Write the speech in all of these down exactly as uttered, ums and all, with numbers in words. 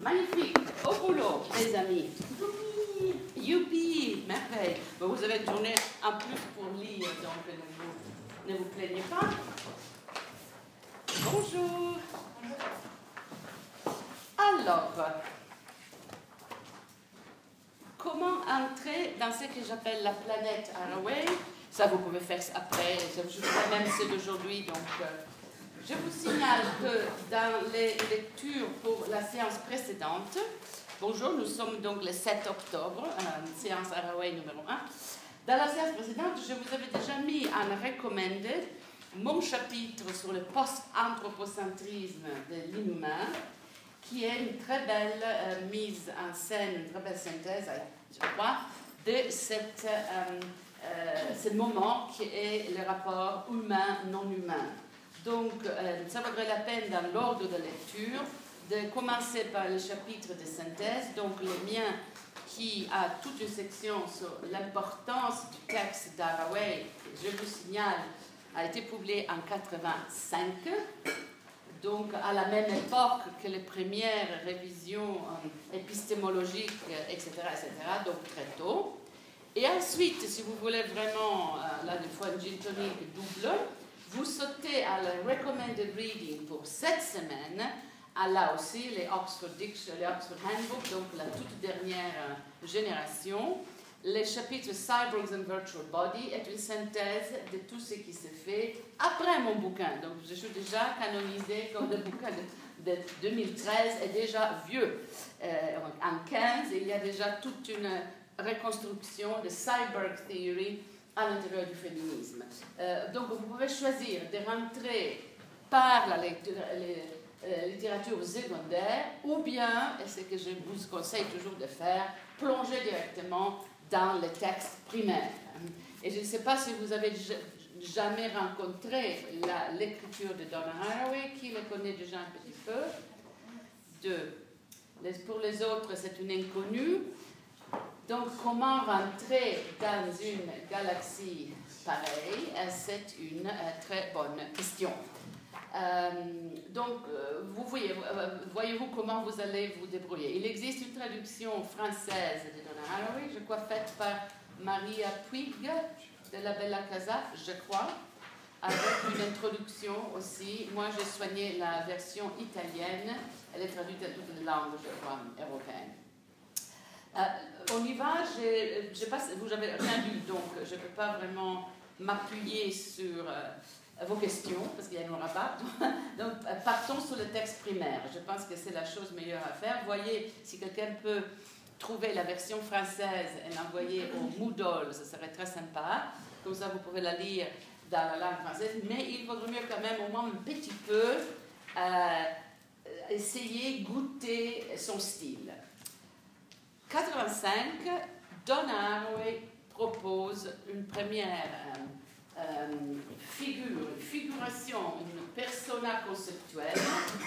Magnifique. Au boulot, les amis. Youpi, merveille. Bon, vous avez une journée en plus pour lire, donc ne vous, ne vous plaignez pas. Bonjour. Alors, comment entrer dans ce que j'appelle la planète Haraway? Ça, vous pouvez faire après. Je ferai même ceux d'aujourd'hui, donc... Euh, Je vous signale que dans les lectures pour la séance précédente, bonjour, nous sommes donc le sept octobre, euh, séance Haraway numéro un. Dans la séance précédente, je vous avais déjà mis en recommandé mon chapitre sur le post-anthropocentrisme de l'inhumain, qui est une très belle euh, mise en scène, une très belle synthèse, je crois, de cette, euh, euh, ce moment qui est le rapport humain-non humain. Donc, euh, ça vaudrait la peine, dans l'ordre de lecture, de commencer par le chapitre de synthèse, donc le mien qui a toute une section sur l'importance du texte d'Haraway, je vous signale, a été publié en mille neuf cent quatre-vingt-cinq, donc à la même époque que les premières révisions euh, épistémologiques, et cetera, et cetera, donc très tôt. Et ensuite, si vous voulez vraiment, euh, là, des fois, une gin tonic double, vous sautez à la recommended reading pour cette semaine, à là aussi les Oxford Dictionary, les Oxford Handbook, donc la toute dernière génération. Le chapitre Cyborgs and Virtual Body est une synthèse de tout ce qui se fait après mon bouquin. Donc je suis déjà canonisée comme le bouquin de, de deux mille treize est déjà vieux. Euh, en quinze, il y a déjà toute une reconstruction de Cyborg Theory à l'intérieur du féminisme. Euh, donc, vous pouvez choisir de rentrer par la lecture, les, euh, littérature secondaire, ou bien, et c'est ce que je vous conseille toujours de faire, plonger directement dans les textes primaires. Et je ne sais pas si vous avez jamais rencontré l'écriture de Donna Haraway, qui le connaît déjà un petit peu. Deux. Les, pour les autres, c'est une inconnue. Donc, comment rentrer dans une galaxie pareille? C'est une euh, très bonne question. Euh, donc, euh, vous voyez, euh, voyez-vous comment vous allez vous débrouiller? Il existe une traduction française de Donna Haraway, je crois faite par Maria Puig de la Bella Casa, je crois, avec une introduction aussi. Moi, j'ai soigné la version italienne. Elle est traduite à toutes les langues, je crois, européennes. Euh, on y va, je, je passe, vous n'avez rien lu, donc je ne peux pas vraiment m'appuyer sur euh, vos questions, parce qu'il n'y en aura pas. Donc, partons sur le texte primaire. Je pense que c'est la chose meilleure à faire. Voyez, si quelqu'un peut trouver la version française et l'envoyer au Moodle, ce serait très sympa. Comme ça, vous pouvez la lire dans la langue française. Mais il vaudrait mieux quand même, au moins un petit peu, euh, essayer, goûter son style. quatre-vingt-cinq, Donna Haraway propose une première euh, euh, figure, une figuration, une persona conceptuelle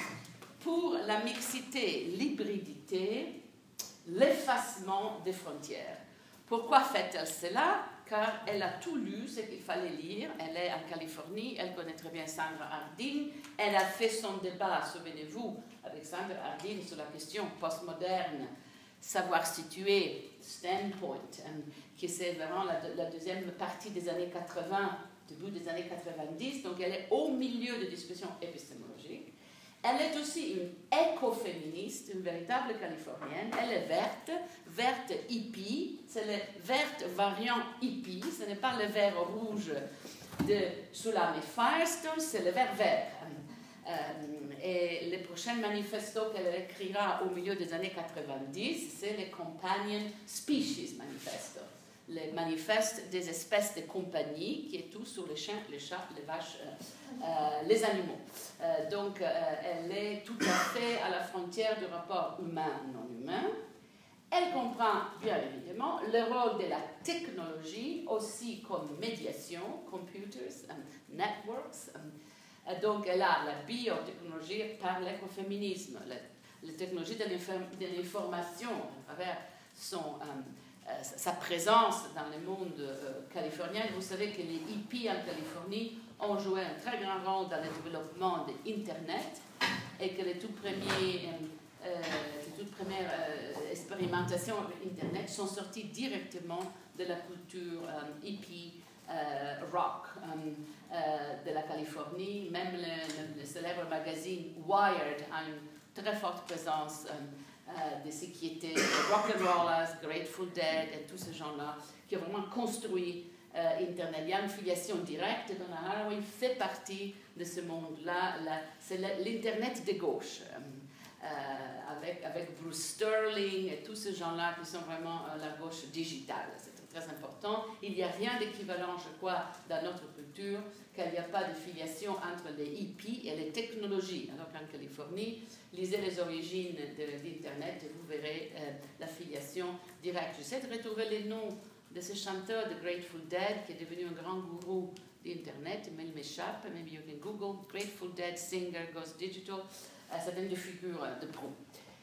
pour la mixité, l'hybridité, l'effacement des frontières. Pourquoi fait-elle cela? Car elle a tout lu ce qu'il fallait lire. Elle est en Californie, elle connaît très bien Sandra Hardin. Elle a fait son débat, souvenez-vous, avec Sandra Hardin sur la question postmoderne, savoir situer, standpoint, um, qui c'est vraiment la, la deuxième partie des années quatre-vingts, début des années quatre-vingt-dix, donc elle est au milieu de discussions épistémologiques. Elle est aussi une écoféministe, une véritable californienne. Elle est verte, verte hippie, c'est le verte variant hippie, ce n'est pas le vert rouge de Sulam et Firestone, c'est le vert vert. Euh, et le prochain manifesto qu'elle écrira au milieu des années quatre-vingt-dix, c'est le Companion Species Manifesto, le manifeste des espèces de compagnie, qui est tout sur les chiens, les chats, les vaches, euh, euh, les animaux. Euh, donc, euh, elle est tout à fait à la frontière du rapport humain-non humain. Elle comprend, bien évidemment, le rôle de la technologie aussi comme médiation, computers, um, networks. Um, donc, elle a la biotechnologie par l'écoféminisme, la, la technologie de l'information à travers son, um, euh, sa présence dans le monde euh, californien. Vous savez que les hippies en Californie ont joué un très grand rôle dans le développement de l'Internet et que les tout premiers... Euh, les toutes expérimentations avec Internet sont sorties directement de la culture euh, hippie, euh, rock euh, euh, de la Californie. Même le, le, le célèbre magazine Wired a une très forte présence euh, euh, de ce qui était rock'n'rollers, Grateful Dead et tous ces gens-là qui ont vraiment construit euh, Internet. Il y a une filiation directe. Donna Haraway fait partie de ce monde-là. C'est l'Internet de gauche. Euh, Euh, avec, avec Bruce Sterling et tous ces gens-là qui sont vraiment euh, la gauche digitale. C'est très, très important. Il n'y a rien d'équivalent, je crois, dans notre culture, qu'il n'y a pas de filiation entre les hippies et les technologies. Alors qu'en Californie, lisez les origines de l'Internet et vous verrez euh, la filiation directe. J'essaie de retrouver les noms de ce chanteur de Grateful Dead qui est devenu un grand gourou d'Internet, mais il m'échappe. Maybe you can Google Grateful Dead singer goes digital. Ça donne des figures de proue.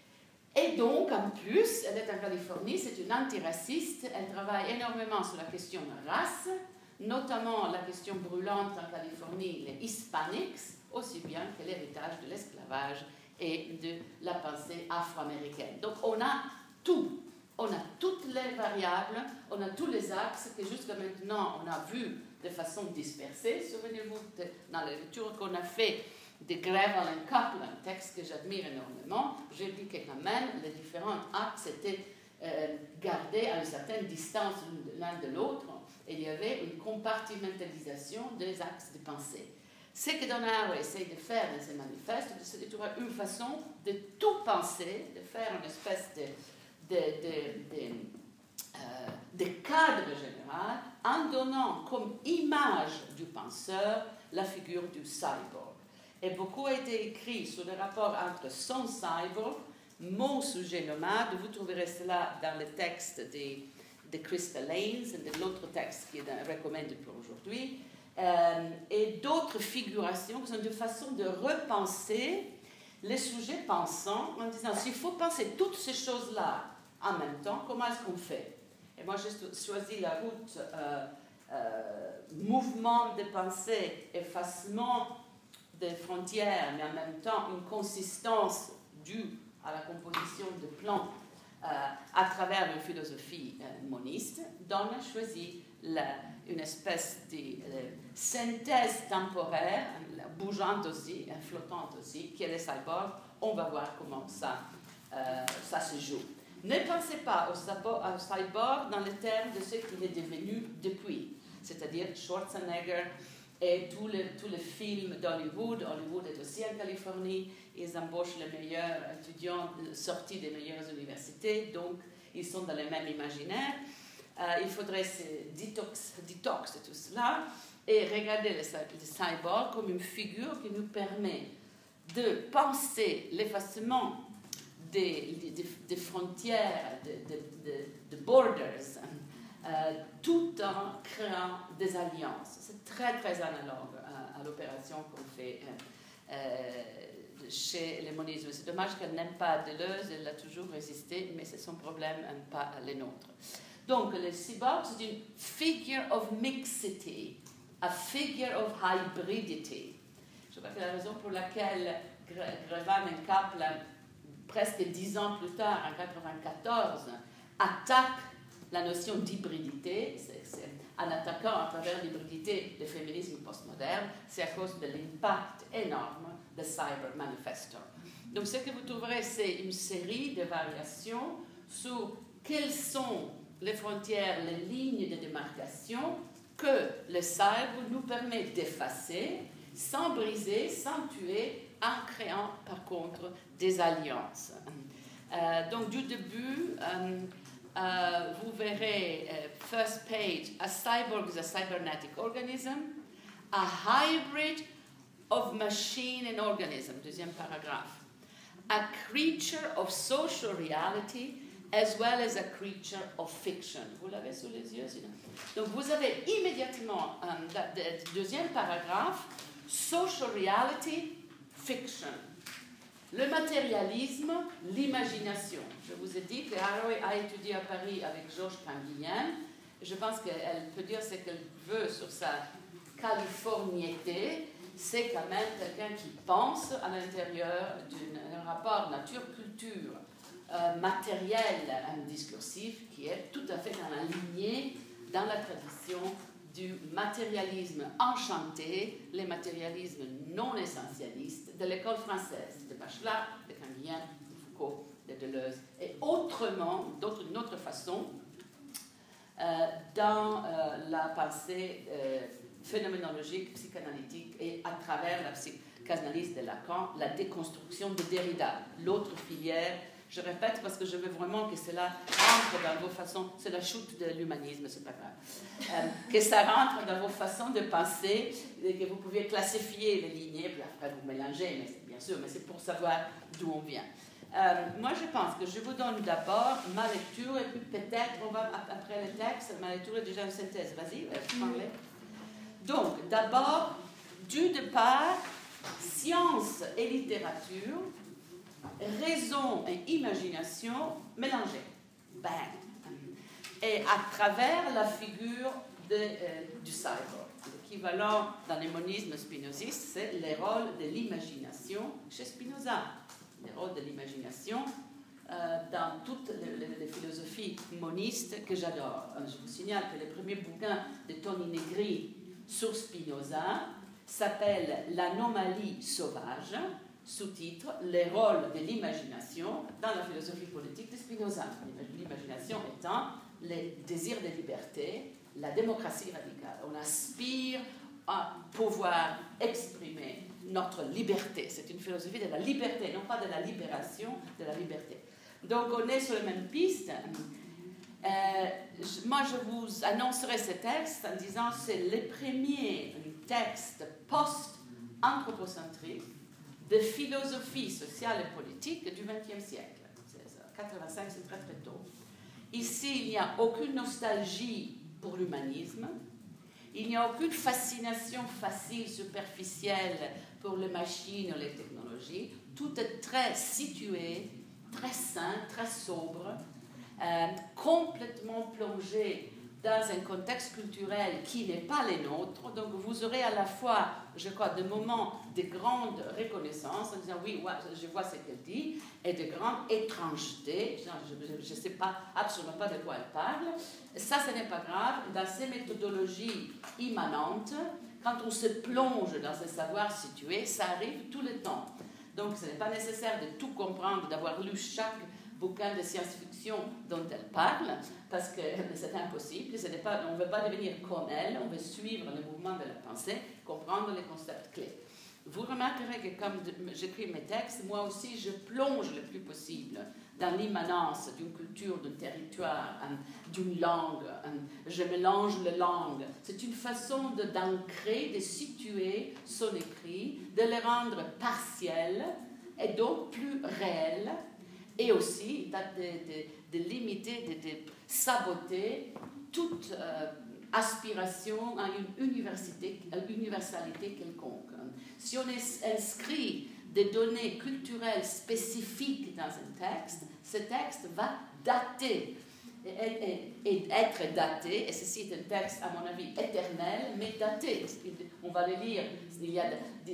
Et donc, en plus, elle est en Californie, c'est une antiraciste, elle travaille énormément sur la question de race, notamment la question brûlante en Californie, les Hispanics, aussi bien que l'héritage de l'esclavage et de la pensée afro-américaine. Donc, on a tout, on a toutes les variables, on a tous les axes que jusqu'à maintenant, on a vu de façon dispersée. Souvenez-vous, dans la lecture qu'on a fait de Gravel and Kaplan, un texte que j'admire énormément, j'ai dit que quand même les différents axes étaient euh, gardés à une certaine distance l'un de l'autre et il y avait une compartimentalisation des axes de pensée. Ce que Donna Haraway essaie de faire dans ses manifestes, c'est de trouver une façon de tout penser, de faire une espèce de, de, de, de, euh, de cadre général en donnant comme image du penseur la figure du cyborg. Et beaucoup a été écrit sur le rapport entre son cyborg, mon sujet nomade. Vous trouverez cela dans le texte de, de Krista Lanes et de l'autre texte qui est recommandé pour aujourd'hui. Euh, et d'autres figurations qui sont de façon de repenser les sujets pensants en disant s'il faut penser toutes ces choses-là en même temps, comment est-ce qu'on fait? Et moi, j'ai choisi la route euh, euh, mouvement de pensée, effacement des frontières, mais en même temps une consistance due à la composition de plans euh, à travers une philosophie euh, moniste. Donne a choisi la, une espèce de euh, synthèse temporaire, bougeante aussi, flottante aussi, qui est le cyborg. On va voir comment ça, euh, ça se joue. Ne pensez pas au cyborg dans les termes de ce qu'il est devenu depuis, c'est-à-dire Schwarzenegger, et tous les, tous les films d'Hollywood. Hollywood est aussi en Californie. Ils embauchent les meilleurs étudiants sortis des meilleures universités, donc ils sont dans le même imaginaire. Euh, il faudrait se détox, détox de tout cela et regarder le, le cyborg comme une figure qui nous permet de penser l'effacement des, des, des frontières, des, des, des borders, Euh, tout en créant des alliances. C'est très, très analogue à, à l'opération qu'on fait euh, euh, chez les monismes. C'est dommage qu'elle n'aime pas Deleuze, elle a toujours résisté, mais c'est son problème, pas les nôtres. Donc, le cyborg, c'est une figure of mixity, a figure of hybridity. Je crois que la raison pour laquelle Grevan et Kaplan, presque dix ans plus tard, en mille neuf cent quatre-vingt-quatorze, attaquent la notion d'hybridité, en attaquant à travers l'hybridité le féminisme postmoderne, c'est à cause de l'impact énorme de Cyber Manifesto. Donc ce que vous trouverez, c'est une série de variations sur quelles sont les frontières, les lignes de démarcation que le cyber nous permet d'effacer, sans briser, sans tuer, en créant par contre des alliances. Euh, donc du début, euh, Uh, vous verrez, uh, first page, a cyborg is a cybernetic organism, a hybrid of machine and organism, deuxième paragraphe, a creature of social reality as well as a creature of fiction. Vous l'avez sous les yeux, sinon? Donc vous avez immédiatement, um, le deuxième paragraphe, social reality, fiction. Le matérialisme, l'imagination. Je vous ai dit que Haraway a étudié à Paris avec Georges Canguilhem. Je pense qu'elle peut dire ce qu'elle veut sur sa californiété. C'est quand même quelqu'un qui pense à l'intérieur d'un rapport nature-culture euh, matériel euh, discursif qui est tout à fait dans la lignée, dans la tradition du matérialisme enchanté, les matérialismes non essentialistes de l'école française, de Bachelard, de Canguilhem, de Foucault, de Deleuze, et autrement, d'une autre façon, euh, dans euh, la pensée euh, phénoménologique, psychanalytique, et à travers la psychanalyse de Lacan, la déconstruction de Derrida, l'autre filière. Je répète parce que je veux vraiment que cela rentre dans vos façons, c'est la chute de l'humanisme, c'est pas grave, euh, que ça rentre dans vos façons de penser, et que vous pouvez classifier les lignées, puis après vous mélangez, mais c'est bien sûr, mais c'est pour savoir d'où on vient. Euh, moi je pense que je vous donne d'abord ma lecture, et puis peut-être on va après le texte, ma lecture est déjà une synthèse, vas-y, parlez. Donc, d'abord, du départ, science et littérature, raison et imagination mélangées. Bang. Et à travers la figure de, euh, du cyborg. L'équivalent dans les monismes spinozistes, c'est les rôles de l'imagination chez Spinoza. Les rôles de l'imagination euh, dans toutes les, les, les philosophies monistes que j'adore. Je vous signale que le premier bouquin de Tony Negri sur Spinoza s'appelle L'anomalie sauvage, sous-titre Les rôles de l'imagination dans la philosophie politique de Spinoza. L'imagination étant les désirs de liberté, la démocratie radicale. On aspire à pouvoir exprimer notre liberté. C'est une philosophie de la liberté, non pas de la libération, de la liberté. Donc on est sur la même piste. Euh, je, moi, je vous annoncerai ce texte en disant que c'est le premier texte post-anthropocentrique de philosophie sociale et politique du vingtième siècle. quatre-vingt-cinq, c'est très très tôt. Ici, il n'y a aucune nostalgie pour l'humanisme. Il n'y a aucune fascination facile, superficielle pour les machines ou les technologies. Tout est très situé, très sain, très sobre, euh, complètement plongé dans un contexte culturel qui n'est pas le nôtre. Donc vous aurez à la fois, je crois, des moments de grande reconnaissance en disant oui, ouais, je vois ce qu'elle dit, et de grande étrangeté. Je ne sais pas, absolument pas de quoi elle parle. Ça, ce n'est pas grave. Dans ces méthodologies immanentes, quand on se plonge dans ce savoir situé, ça arrive tout le temps. Donc ce n'est pas nécessaire de tout comprendre, d'avoir lu chaque bouquin de science-fiction dont elle parle, parce que c'est impossible, ce n'est pas, on ne veut pas devenir comme elle, on veut suivre le mouvement de la pensée, comprendre les concepts clés. Vous remarquerez que comme j'écris mes textes, moi aussi je plonge le plus possible dans l'immanence d'une culture, d'un territoire, d'une langue. Je mélange les langues. C'est une façon de, d'ancrer, de situer son écrit, de le rendre partiel et donc plus réel, et aussi de, de, de limiter, de, de saboter toute euh, aspiration à une université, à une universalité quelconque. Si on inscrit des données culturelles spécifiques dans un texte, ce texte va dater et, et, et être daté, et ceci est un texte, à mon avis, éternel, mais daté. On va le lire il y a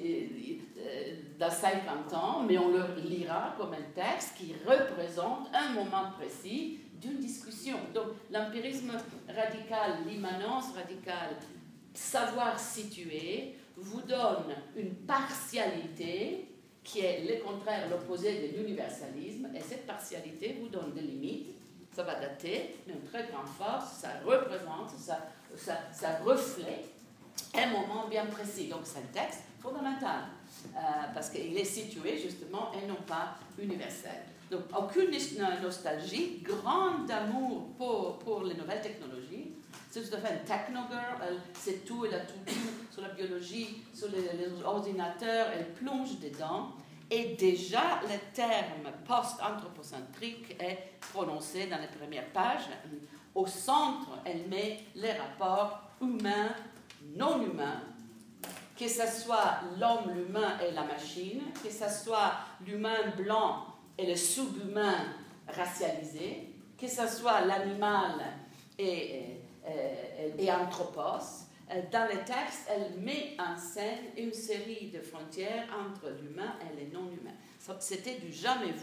dans cinquante ans, mais on le lira comme un texte qui représente un moment précis d'une discussion. Donc l'empirisme radical, l'immanence radicale, savoir situer, vous donne une partialité qui est le contraire, l'opposé de l'universalisme, et cette partialité vous donne des limites. Ça va dater d'une très grande force, ça représente, ça, ça, ça reflète un moment bien précis. Donc c'est un texte fondamental, euh, parce qu'il est situé justement et non pas universel. Donc aucune nostalgie, grand amour pour, pour les nouvelles technologies. C'est tout à fait un techno-girl, elle sait tout, elle a tout lu sur la biologie, sur les, les ordinateurs, elle plonge dedans. Et déjà, le terme post-anthropocentrique est prononcé dans les premières pages. Au centre, elle met les rapports humains, non humains, que ce soit l'homme, l'humain et la machine, que ce soit l'humain blanc et le subhumain racialisé, que ce soit l'animal et, et, et, et anthropos. Dans les textes, elle met en scène une série de frontières entre l'humain et le non-humain. C'était du jamais vu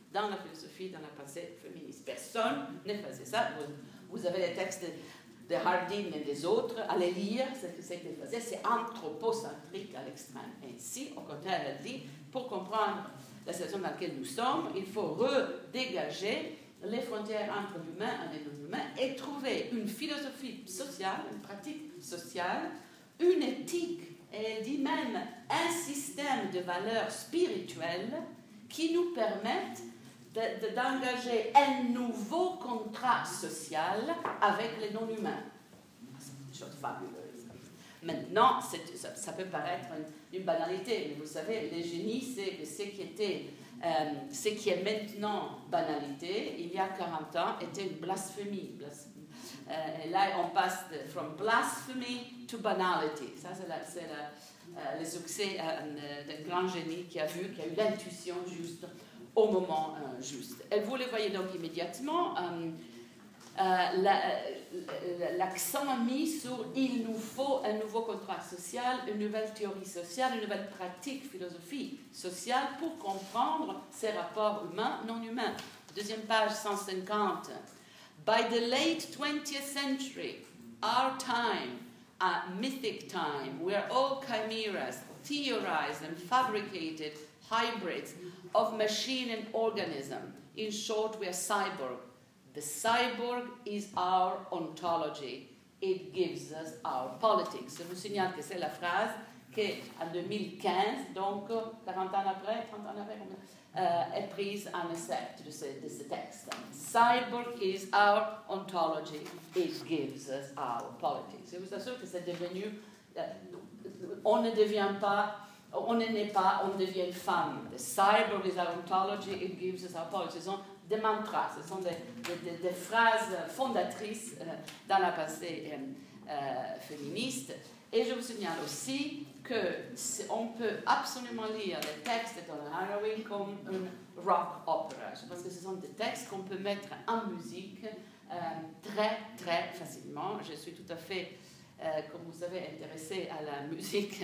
dans la philosophie, dans la pensée féministe. Personne ne faisait ça. Vous, vous avez les textes de, de Harding et des autres, à les lire, ce que c'est qu'elle faisait, c'est anthropocentrique à l'extrême. Et ici, au contraire, elle dit, pour comprendre la situation dans laquelle nous sommes, il faut redégager les frontières entre l'humain et le non-humain et trouver une philosophie sociale, une pratique sociale, une éthique, et elle dit même un système de valeurs spirituelles qui nous permettent de, de, d'engager un nouveau contrat social avec les non-humains. C'est une chose fabuleuse. Maintenant, c'est, ça, ça peut paraître une, une banalité, mais vous savez, les génies, c'est ce qui était, euh, ce qui est maintenant banalité, il y a quarante ans, était une blasphémie. blasphémie. Euh, et là, on passe de from blasphemy to banality. Ça, c'est, la, c'est la, euh, le succès euh, d'un grand génie qui a vu, qui a eu l'intuition juste au moment euh, juste. Et vous le voyez donc immédiatement. Euh, Euh, la, l'accent mis sur il nous faut un nouveau contrat social, une nouvelle théorie sociale, une nouvelle pratique, philosophie sociale pour comprendre ces rapports humains, non humains. Deuxième page cent cinquante. By the late twentieth century, our time, a mythic time, where all chimeras, theorized and fabricated hybrids of machine and organism. In short, we are cyborg. The cyborg is our ontology. It gives us our politics. Je vous signale que c'est la phrase qu'en deux mille quinze, donc quarante ans après, trente ans après, euh, est prise en excerpt de ce, de ce texte. Cyborg is our ontology. It gives us our politics. Je vous assure que c'est devenu... Euh, on ne devient pas... On ne naît pas, on devient femme. The cyborg is our ontology. It gives us our politics. Des mantras, ce sont des, des, des phrases fondatrices euh, dans la pensée euh, euh, féministe. Et je vous signale aussi qu'on peut absolument lire les textes de Donna Haraway comme un rock opera. Je pense que ce sont des textes qu'on peut mettre en musique euh, très, très facilement. Je suis tout à fait, euh, comme vous savez, intéressée à la musique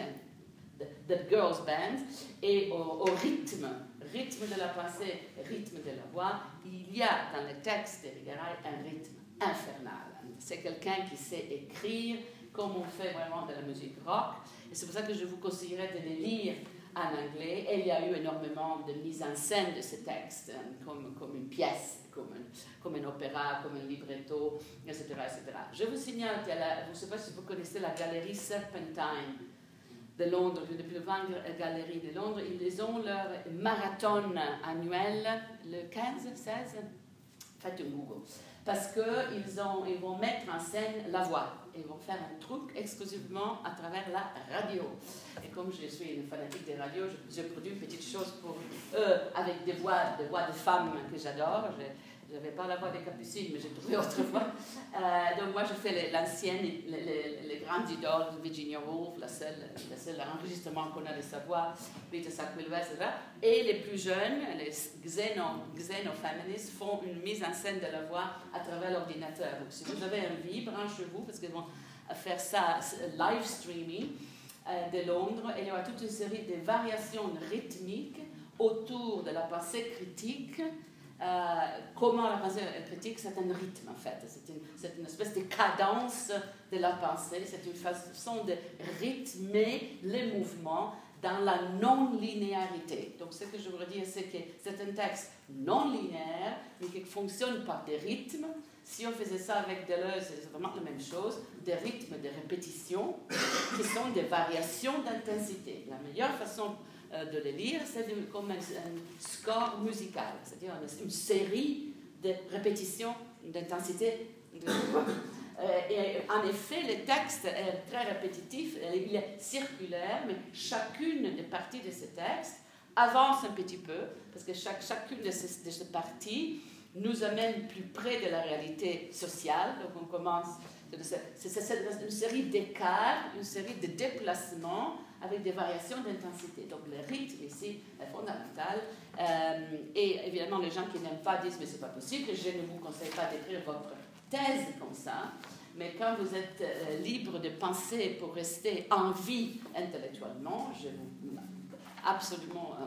de girls band et au, au rythme, rythme de la pensée, rythme de la voix. Il y a dans le texte de Irigaray un rythme infernal. C'est quelqu'un qui sait écrire comme on fait vraiment de la musique rock. Et c'est pour ça que je vous conseillerais de les lire en anglais. Et il y a eu énormément de mise en scène de ces textes, comme, comme une pièce, comme un, comme un opéra, comme un libretto, et cetera, et cetera. Je vous signale qu'il y a la, je ne sais pas si vous connaissez la galerie Serpentine de Londres, depuis le vingt Galeries de Londres. Ils ont leur marathon annuel le quinze, seize, faites un Google, parce qu'ils ils vont mettre en scène la voix. Ils vont faire un truc exclusivement à travers la radio. Et comme je suis une fanatique des radios, je, je produis une petite chose pour eux avec des voix, des voix de femmes que j'adore. Je n'avais pas la voix des Capucines, mais j'ai trouvé autre voix. Euh, donc moi, je fais l'ancienne, les, les, les grandes idoles de Virginia Woolf, la seule, la seule enregistrement qu'on a de sa voix, Peter Sackville-West, et cetera. Et les plus jeunes, les xéno-féministes, font une mise en scène de la voix à travers l'ordinateur. Donc si vous avez envie, branchez-vous, parce qu'ils vont faire ça live streaming euh, de Londres, et il y aura toute une série de variations rythmiques autour de la pensée critique. Euh, comment la pensée critique, c'est un rythme en fait, c'est une, c'est une espèce de cadence de la pensée, c'est une façon de rythmer les mouvements dans la non-linéarité. Donc ce que je voudrais dire, c'est que c'est un texte non-linéaire, mais qui fonctionne par des rythmes. Si on faisait ça avec Deleuze, c'est vraiment la même chose, des rythmes de répétition qui sont des variations d'intensité. La meilleure façon de les lire, c'est comme un, un score musical, c'est-à-dire une, une série de répétitions d'intensité. De... euh, et en effet, le texte est très répétitif, il est circulaire, mais chacune des parties de ce texte avance un petit peu, parce que chaque, chacune de ces, de ces parties nous amène plus près de la réalité sociale. Donc on commence, c'est, c'est, c'est une série d'écarts, une série de déplacements avec des variations d'intensité. Donc le rythme ici est fondamental. Euh, et évidemment, les gens qui n'aiment pas disent « mais c'est pas possible, je ne vous conseille pas d'écrire votre thèse comme ça ». Mais quand vous êtes euh, libre de penser pour rester en vie intellectuellement, je vous absolument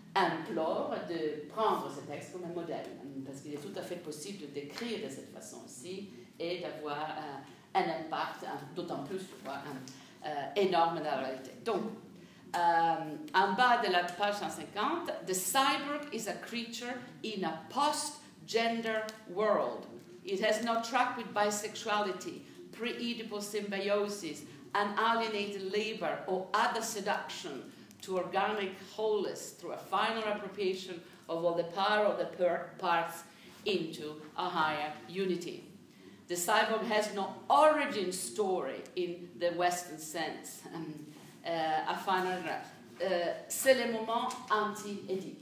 implore de prendre ce texte comme un modèle, parce qu'il est tout à fait possible de d'écrire de cette façon aussi et d'avoir un, un impact, d'autant plus un, un, un, énorme dans la réalité. Donc, euh, en bas de la page cent cinquante, The cyborg is a creature in a post-gender world. It has no track with bisexuality, pre-Oedipal symbiosis, unalienated labor, or other seduction to organic wholeness through a final appropriation of all the power of the parts into a higher unity. The cyborg has no origin story in the Western sense. Um, uh, a final, uh, c'est le moment anti-Édipe.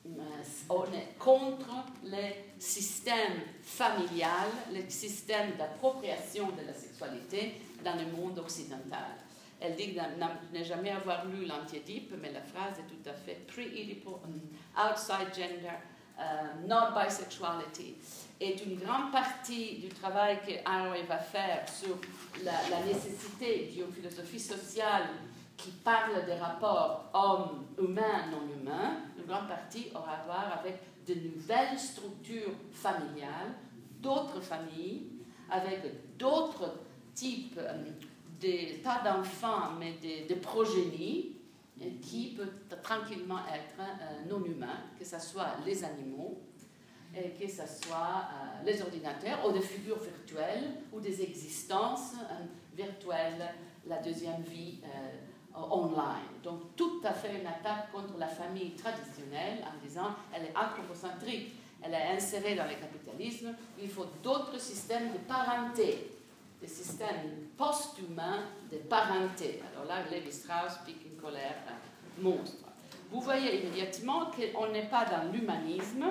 On est contre le système familial, le système d'appropriation de la sexualité dans le monde occidental. Elle dit ne jamais avoir lu l'anti-Édipe, mais la phrase est tout à fait pre-Oedipal, outside gender, uh, not bisexuality. Et une grande partie du travail que Haraway va faire sur la, la nécessité d'une philosophie sociale qui parle des rapports homme-humain, non-humain, une grande partie aura à voir avec de nouvelles structures familiales, d'autres familles, avec d'autres types, euh, de, pas d'enfants, mais de, de progénies, euh, qui peuvent tranquillement être euh, non-humains, que ce soit les animaux, et que ce soit euh, les ordinateurs, ou des figures virtuelles, ou des existences euh, virtuelles, la deuxième vie euh, online. Donc tout à fait une attaque contre la famille traditionnelle en disant elle est anthropocentrique, elle est insérée dans le capitalisme, il faut d'autres systèmes de parenté, des systèmes post-humains de parenté. Alors là, Lévi-Strauss pique une colère euh, monstre. Vous voyez immédiatement qu'on n'est pas dans l'humanisme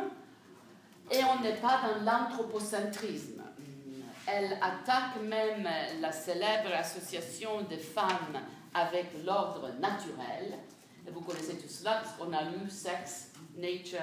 et on n'est pas dans l'anthropocentrisme. Elle attaque même la célèbre association de femmes avec l'ordre naturel. Et vous connaissez tout cela parce qu'on a lu Sex, Nature,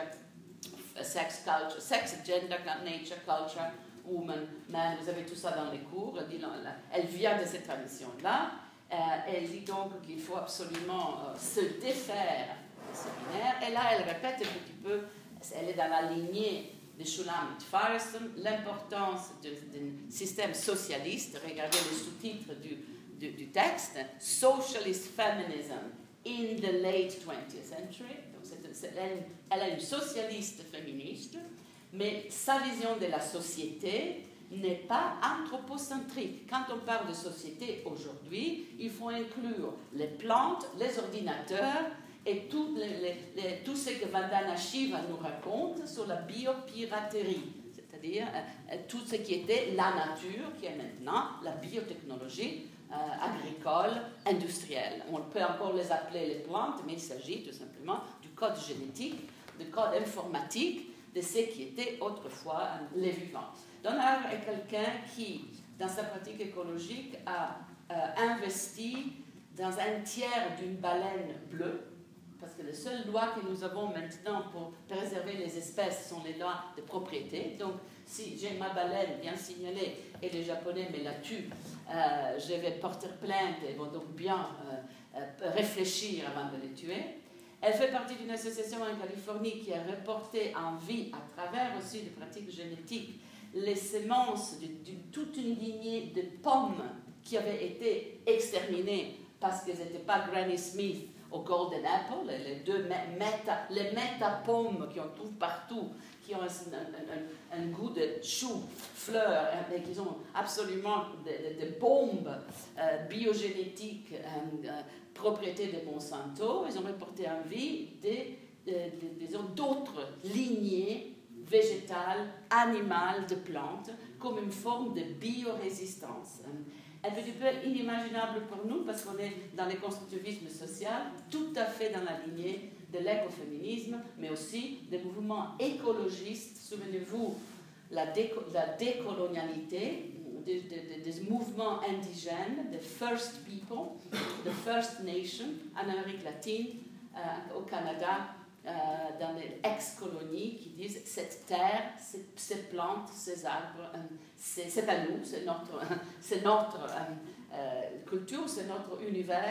Sex, Culture, Sex, Gender, Nature, Culture, Woman, Man. Vous avez tout ça dans les cours. Elle vient de cette tradition-là. Elle dit donc qu'il faut absolument se défaire de ce binaire. Et là, elle répète un petit peu, elle est dans la lignée de Shulamit Firestone, l'importance d'un système socialiste. Regardez les sous-titres du Du, du texte, Socialist Feminism in the late twentieth century. Donc c'est, c'est, elle, elle est une socialiste féministe, mais sa vision de la société n'est pas anthropocentrique. Quand on parle de société aujourd'hui, il faut inclure les plantes, les ordinateurs et tout, les, les, les, tout ce que Vandana Shiva nous raconte sur la biopiraterie, c'est-à-dire euh, tout ce qui était la nature, qui est maintenant la biotechnologie, Euh, agricole, industrielle. On peut encore les appeler les plantes, mais il s'agit tout simplement du code génétique, du code informatique de ce qui était autrefois euh, les vivants. Donner est quelqu'un qui, dans sa pratique écologique, a euh, investi dans un tiers d'une baleine bleue, parce que les seules lois que nous avons maintenant pour préserver les espèces sont les lois de propriété. Donc, si j'ai ma baleine bien signalée et les Japonais me la tuent, euh, je vais porter plainte et vont donc bien euh, euh, réfléchir avant de les tuer. Elle fait partie d'une association en Californie qui a reporté en vie, à travers aussi des pratiques génétiques, les semences de, de toute une lignée de pommes qui avaient été exterminées parce qu'elles n'étaient pas Granny Smith au Golden Apple, les deux méta, les méta-pommes qu'on trouve partout, qui ont un, un, un, un goût de chou, fleurs, et qui ont absolument des de, de bombes euh, biogénétiques, euh, euh, propriétés de Monsanto. Ils ont reporté en vie des, des, des, d'autres lignées végétales, animales, de plantes, comme une forme de biorésistance. Un petit peu inimaginable pour nous parce qu'on est dans le constructivisme social, tout à fait dans la lignée de l'écoféminisme, mais aussi des mouvements écologistes. Souvenez-vous, la, déco la décolonialité, des, des, des mouvements indigènes, the First People, the First Nation, en Amérique latine, euh, au Canada, euh, dans les ex-colonies, qui disent cette terre, ces, ces plantes, ces arbres, euh, c'est à nous, c'est notre, c'est notre euh, euh, culture, c'est notre univers,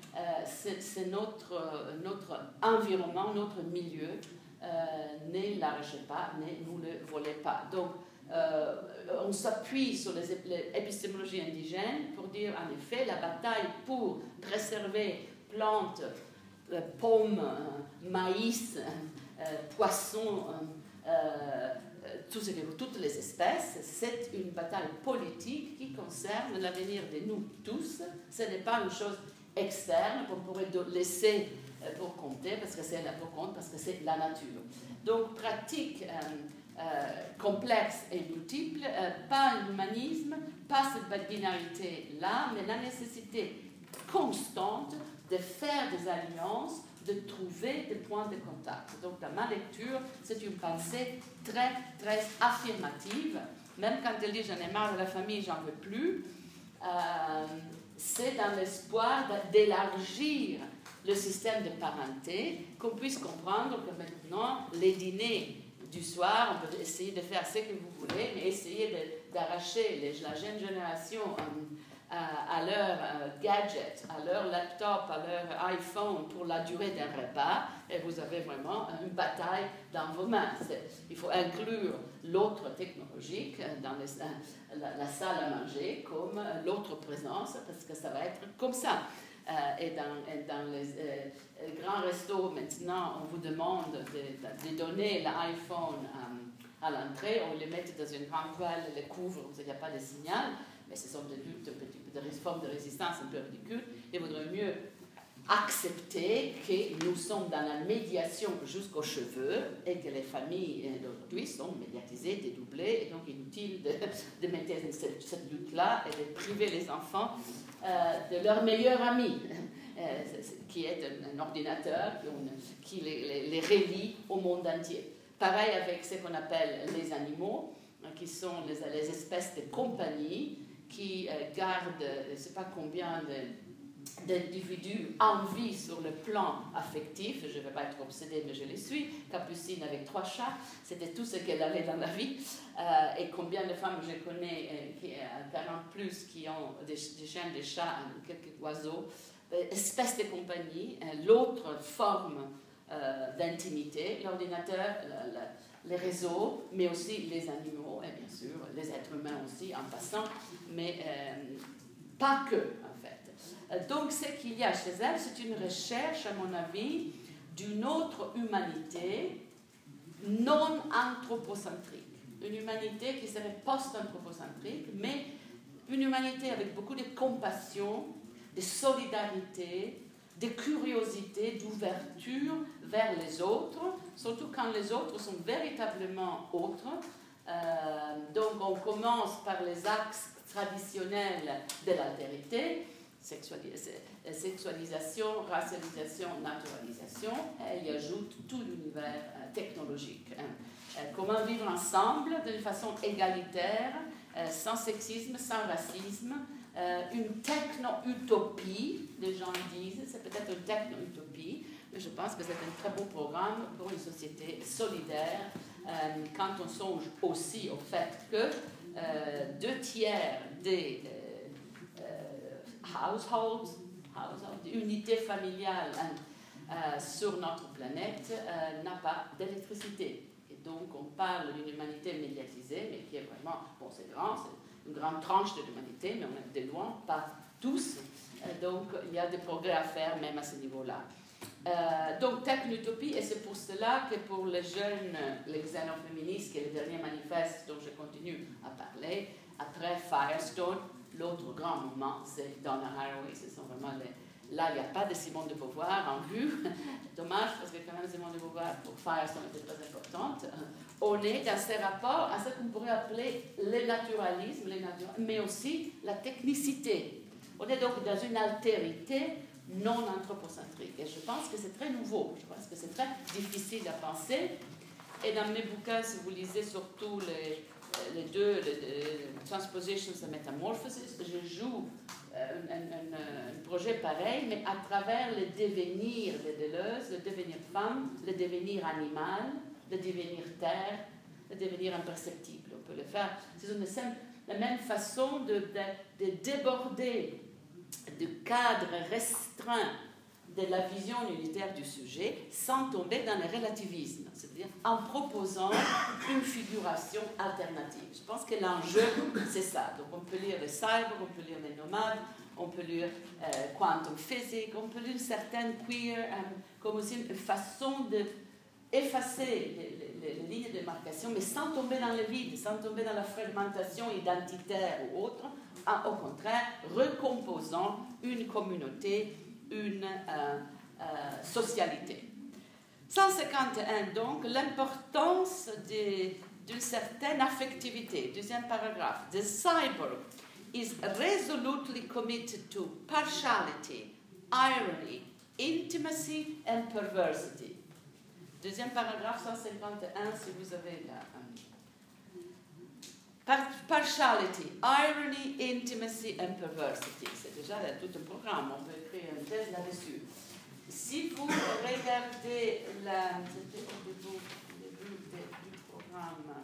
euh, c'est notre, notre environnement, notre milieu. Euh, ne l'arrachez pas, ne nous le volez pas. Donc, euh, on s'appuie sur les, les épistémologies indigènes pour dire, en effet, la bataille pour préserver plantes, euh, pommes, euh, maïs, euh, poissons, euh, euh, tout ce que, toutes les espèces, c'est une bataille politique qui concerne l'avenir de nous tous. Ce n'est pas une chose externe qu'on pourrait laisser pour compter, parce que c'est pour compte, parce que c'est la nature. Donc, pratique euh, euh, complexe et multiple, euh, pas l'humanisme, pas cette binarité-là, mais la nécessité constante de faire des alliances, de trouver des points de contact. Donc, dans ma lecture, c'est une pensée très, très affirmative. Même quand elle dit « j'en ai marre de la famille, j'en veux plus euh, », c'est dans l'espoir d'élargir le système de parenté, qu'on puisse comprendre que maintenant, les dîners du soir, on peut essayer de faire ce que vous voulez, mais essayer d'arracher la jeune génération euh, à, à leur euh, gadget, à leur laptop, à leur iPhone pour la durée d'un repas, et vous avez vraiment une bataille dans vos mains. Il faut inclure l'autre technologique dans les, la, la salle à manger comme l'autre présence, parce que ça va être comme ça. Euh, et dans, et dans les, euh, les grands restos, maintenant, on vous demande de, de, de donner l'iPhone à, à l'entrée, on les met dans une grande toile, les couvre, il n'y a pas de signal, mais ce sont des luttes, des formes de résistance un peu ridicules. Il vaudrait mieux accepter que nous sommes dans la médiation jusqu'aux cheveux et que les familles d'aujourd'hui sont médiatisées, dédoublées, et donc inutile de, de mettre cette, cette lutte-là et de priver les enfants euh, de leur meilleur ami, euh, qui est un, un ordinateur qui, qui les, les, les relie au monde entier. Pareil avec ce qu'on appelle les animaux, qui sont les, les espèces de compagnie qui euh, gardent, je ne sais pas combien de d'individus en vie sur le plan affectif. Je ne vais pas être obsédée, mais je les suis. Capucine avec trois chats, c'était tout ce qu'elle avait dans la vie. Euh, et combien de femmes je connais euh, qui, à quarante plus qui ont des, des chiens, des chats, quelques oiseaux. Euh, espèce de compagnie. Euh, L'autre forme euh, d'intimité, l'ordinateur, les réseaux, mais aussi les animaux, et bien sûr les êtres humains aussi en passant, mais euh, pas que. Donc, ce qu'il y a chez elle, c'est une recherche, à mon avis, d'une autre humanité non anthropocentrique. Une humanité qui serait post-anthropocentrique, mais une humanité avec beaucoup de compassion, de solidarité, de curiosité, d'ouverture vers les autres, surtout quand les autres sont véritablement autres. Euh, donc, on commence par les axes traditionnels de l'altérité, sexualisation, racialisation, naturalisation, et il ajoute tout l'univers euh, technologique. Hein. Euh, comment vivre ensemble d'une façon égalitaire, euh, sans sexisme, sans racisme, euh, une techno-utopie, les gens disent, c'est peut-être une techno-utopie, mais je pense que c'est un très beau programme pour une société solidaire, euh, quand on songe aussi au fait que euh, deux tiers des euh, households, household, unité familiale euh, sur notre planète euh, n'a pas d'électricité. Et donc on parle d'une humanité médiatisée, mais qui est vraiment, bon c'est grand, c'est une grande tranche de l'humanité, mais on est de loin, pas tous. Euh, donc il y a des progrès à faire même à ce niveau-là. Euh, donc techno-utopie, et c'est pour cela que pour les jeunes, les xénoféministes, qui est le dernier manifeste dont je continue à parler, après Firestone, l'autre grand mouvement, c'est Donna Haraway. Ce sont vraiment les... Là, il n'y a pas de Simone de Beauvoir en vue. Dommage, parce que quand même Simone de Beauvoir, pour Firestone, était très importante. On est dans ces rapports à ce qu'on pourrait appeler le naturalisme, les natura... mais aussi la technicité. On est donc dans une altérité non anthropocentrique. Et je pense que c'est très nouveau. Je pense que c'est très difficile à penser. Et dans mes bouquins, si vous lisez surtout les... les deux, les, les Transpositions and Metamorphosis, je joue euh, un, un, un projet pareil, mais à travers le devenir de Deleuze, le devenir femme, le devenir animal, le devenir terre, le devenir imperceptible. On peut le faire. C'est une, la même façon de, de, de déborder du cadre restreint de la vision unitaire du sujet sans tomber dans le relativisme, c'est-à-dire en proposant une figuration alternative. Je pense que l'enjeu, c'est ça. Donc on peut lire les cyber, on peut lire les nomades, on peut lire euh, quantum physique, on peut lire certaines queer, euh, comme aussi une façon d'effacer les, les, les lignes de démarcation, mais sans tomber dans le vide, sans tomber dans la fragmentation identitaire ou autre, en, au contraire, recomposant une communauté, une euh, euh, socialité. cent cinquante et un, donc, l'importance d'une certaine affectivité. Deuxième paragraphe. The cyborg is resolutely committed to partiality, irony, intimacy and perversity. Deuxième paragraphe, cent cinquante et un, si vous avez là. Partiality, irony, intimacy and perversity. C'est déjà là, tout un programme, on peut écrire une thèse là-dessus. Si vous regardez la, c'était au début, au début du programme,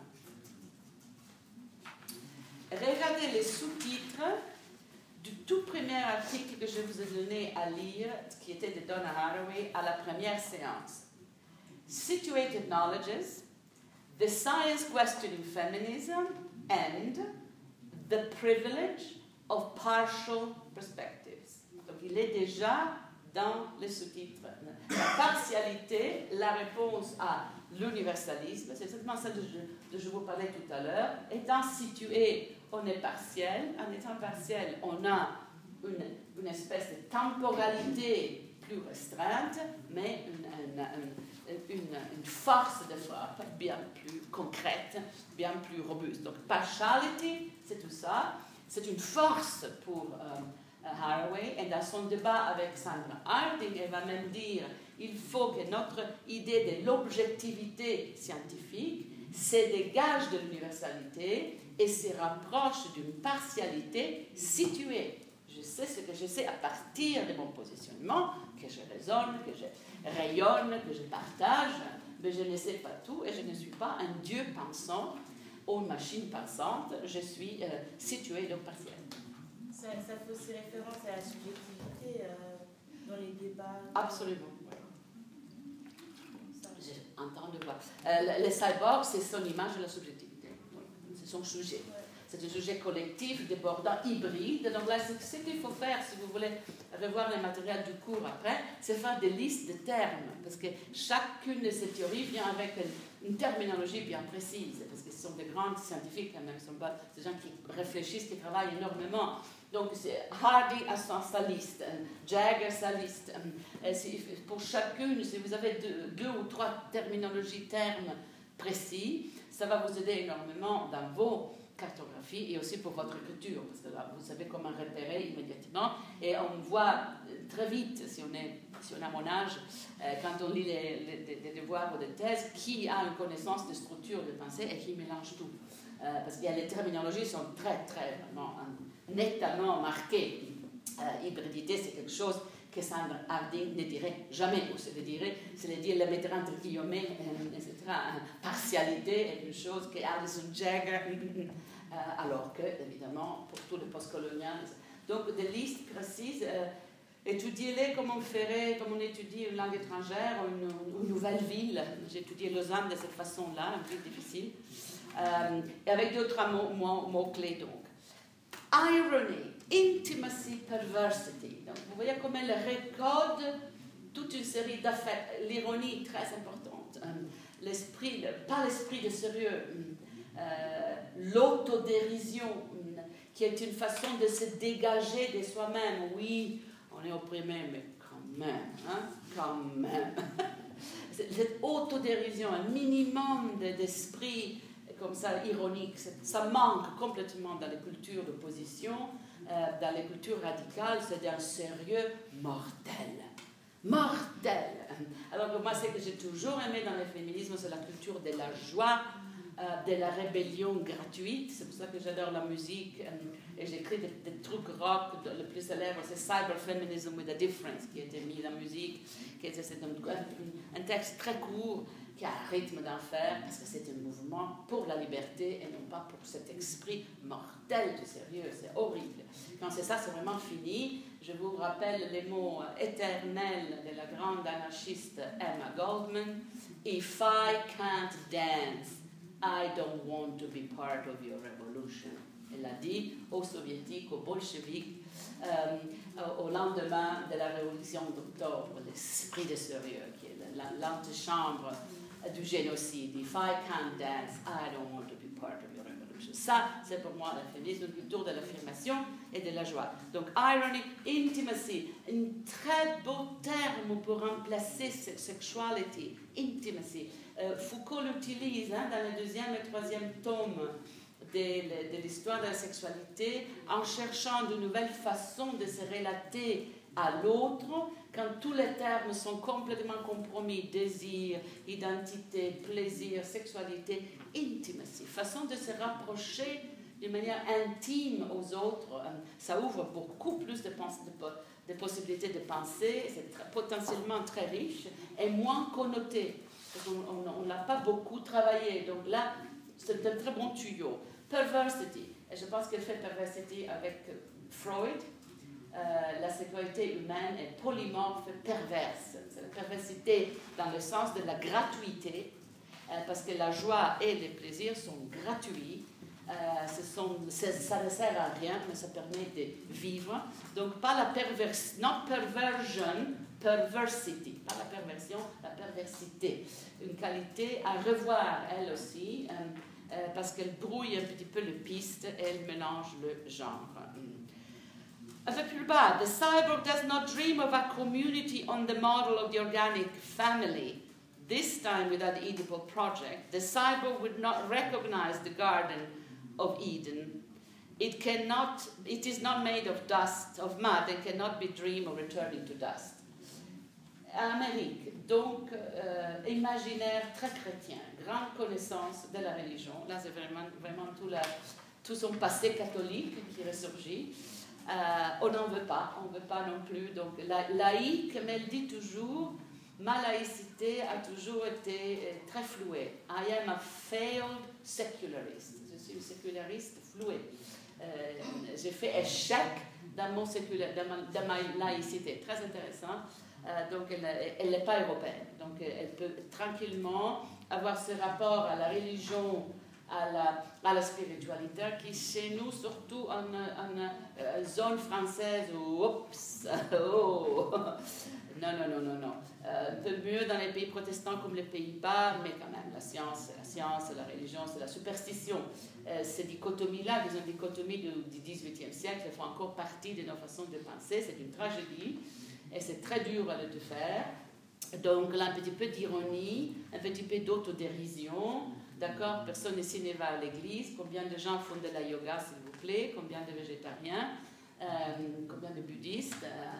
regardez les sous-titres du tout premier article que je vous ai donné à lire, qui était de Donna Haraway à la première séance. Situated Knowledges, The Science Questioning Feminism, and the privilege of partial perspectives. Donc il est déjà dans les sous-titres. La partialité, la réponse à l'universalisme, c'est exactement ça dont je, je vous parlais tout à l'heure, étant situé, on est partiel, en étant partiel, on a une, une espèce de temporalité plus restreinte, mais une, une, une, une, une force de frappe bien plus concrète, bien plus robuste. Donc, partiality, c'est tout ça. C'est une force pour euh, Haraway. Et dans son débat avec Sandra Harding, elle va même dire il faut que notre idée de l'objectivité scientifique se dégage de l'universalité et se rapproche d'une partialité située. Je sais ce que je sais à partir de mon positionnement, que je raisonne, que je rayonne, que je partage, mais je ne sais pas tout et je ne suis pas un Dieu pensant ou une machine pensante, je suis euh, située donc partielle. Ça, ça fait aussi référence à la subjectivité euh, dans les débats. Absolument. J'entends de voir. Euh, le cyborg, c'est son image de la subjectivité. C'est son sujet. Ouais. C'est un sujet collectif, débordant, hybride. Donc là, ce qu'il faut faire, si vous voulez revoir les matériels du cours après, c'est faire des listes de termes. Parce que chacune de ces théories vient avec une, une terminologie bien précise. Parce que ce sont des grands scientifiques, quand même, ce sont pas des gens qui réfléchissent, qui travaillent énormément. Donc, c'est Hardy a sa liste, Jagger sa liste. Pour chacune, si vous avez deux, deux ou trois terminologies, termes précis, ça va vous aider énormément dans vos cartographies et aussi pour votre écriture, parce que là, vous savez comment repérer immédiatement. Et on voit très vite, si on, est, si on a mon âge, euh, quand on lit les, les, les devoirs ou des thèses, qui a une connaissance de structure de pensée et qui mélange tout. Euh, parce que les terminologies sont très, très, vraiment, nettement marquées. Euh, hybridité, c'est quelque chose que Sandra Harding ne dirait jamais, ou c'est de dire, c'est de dire, le mettre entre guillemets, euh, et cetera. Partialité est une chose que Alison Jagger, euh, alors que, évidemment, pour tout le postcolonial. Donc, des listes précises, euh, étudiez-les comme on ferait, comme on étudie une langue étrangère ou une, une nouvelle ville. J'ai étudié Lausanne de cette façon-là, un peu difficile, euh, et avec d'autres mots, mots, mots-clés, donc. Irony, intimacy, perversity. Donc, vous voyez comment elle recode toute une série d'affects. L'ironie, très importante. L'esprit, pas l'esprit de sérieux. Euh, l'autodérision, qui est une façon de se dégager de soi-même. Oui, on est opprimé, mais quand même, hein, quand même. Cette autodérision, un minimum d'esprit comme ça, ironique, ça manque complètement dans les cultures d'opposition, euh, dans les cultures radicales, c'est d'un sérieux mortel. Mortel. Alors que moi, ce que j'ai toujours aimé dans le féminisme, c'est la culture de la joie, euh, de la rébellion gratuite. C'est pour ça que j'adore la musique. Euh, et j'écris des, des trucs rock. Le plus célèbre, c'est Cyber Feminism with a Difference, qui a été mis en musique, qui était un, un texte très court, qui a un rythme d'enfer, parce que c'est un mouvement pour la liberté et non pas pour cet esprit mortel du sérieux. C'est horrible. Quand c'est ça, c'est vraiment fini. Je vous rappelle les mots éternels de la grande anarchiste Emma Goldman. If I can't dance, I don't want to be part of your revolution. Elle a dit aux soviétiques, aux bolcheviques, euh, au lendemain de la révolution d'octobre, l'esprit de sérieux, qui est l'antichambre du génocide. If I can't dance, I don't want to be part of your revolution. Ça, c'est pour moi le féminisme, une culture de l'affirmation et de la joie. Donc, irony, intimacy, un très beau terme pour remplacer cette sexuality, intimacy. Euh, Foucault l'utilise hein, dans le deuxième et troisième tome de, de l'histoire de la sexualité en cherchant de nouvelles façons de se relater à l'autre quand tous les termes sont complètement compromis, désir, identité, plaisir, sexualité, intimacy, façon de se rapprocher d'une manière intime aux autres. Ça ouvre beaucoup plus de, de, de possibilités de penser, c'est très, potentiellement très riche et moins connoté. On ne l'a pas beaucoup travaillé, donc là, c'est un très bon tuyau. Perversity, et je pense qu'elle fait perversity avec Freud. Euh, la sexualité humaine est polymorphe, perverse. C'est la perversité dans le sens de la gratuité, euh, parce que la joie et les plaisirs sont gratuits. Euh, ce sont, ça ne sert à rien, mais ça permet de vivre. Donc, pas la perversion, not perversion, perversity. Pas la perversion, la perversité. Une qualité à revoir, elle aussi, euh, euh, parce qu'elle brouille un petit peu les pistes et elle mélange le genre. Un peu plus bas, the cyborg does not dream of a community on the model of the organic family. This time without the Oedipal project, the cyborg would not recognize the Garden of Eden. It cannot, it is not made of dust, of mud, and cannot be dream of returning to dust. Amérique, donc euh, imaginaire très chrétien, grande connaissance de la religion. Là, c'est vraiment, vraiment tout, la, tout son passé catholique qui ressurgit. Euh, on n'en veut pas, on ne veut pas non plus. Donc, la, laïque, mais elle dit toujours, ma laïcité a toujours été très flouée. I am a failed secularist. Je suis une séculariste flouée. Euh, j'ai fait échec dans, mon sécular, dans, ma, dans ma laïcité. Très intéressant. Euh, donc, elle n'est pas européenne. Donc, elle peut tranquillement avoir ce rapport à la religion, à la, à la spiritualité, qui chez nous, surtout en, en, en zone française, où, oups, oh, non, non, non, non, non. Euh, un peu mieux dans les pays protestants comme les Pays-Bas, mais quand même, la science, c'est la science, c'est la religion, c'est la superstition. Euh, ces dichotomies-là, qui sont des dichotomies du, du dix-huitième siècle, font encore partie de nos façons de penser. C'est une tragédie, et c'est très dur à le faire. Donc, là, un petit peu d'ironie, un petit peu d'autodérision. D'accord, personne ici ne va à l'église. Combien de gens font de la yoga, s'il vous plaît? Combien de végétariens? Euh, combien de bouddhistes?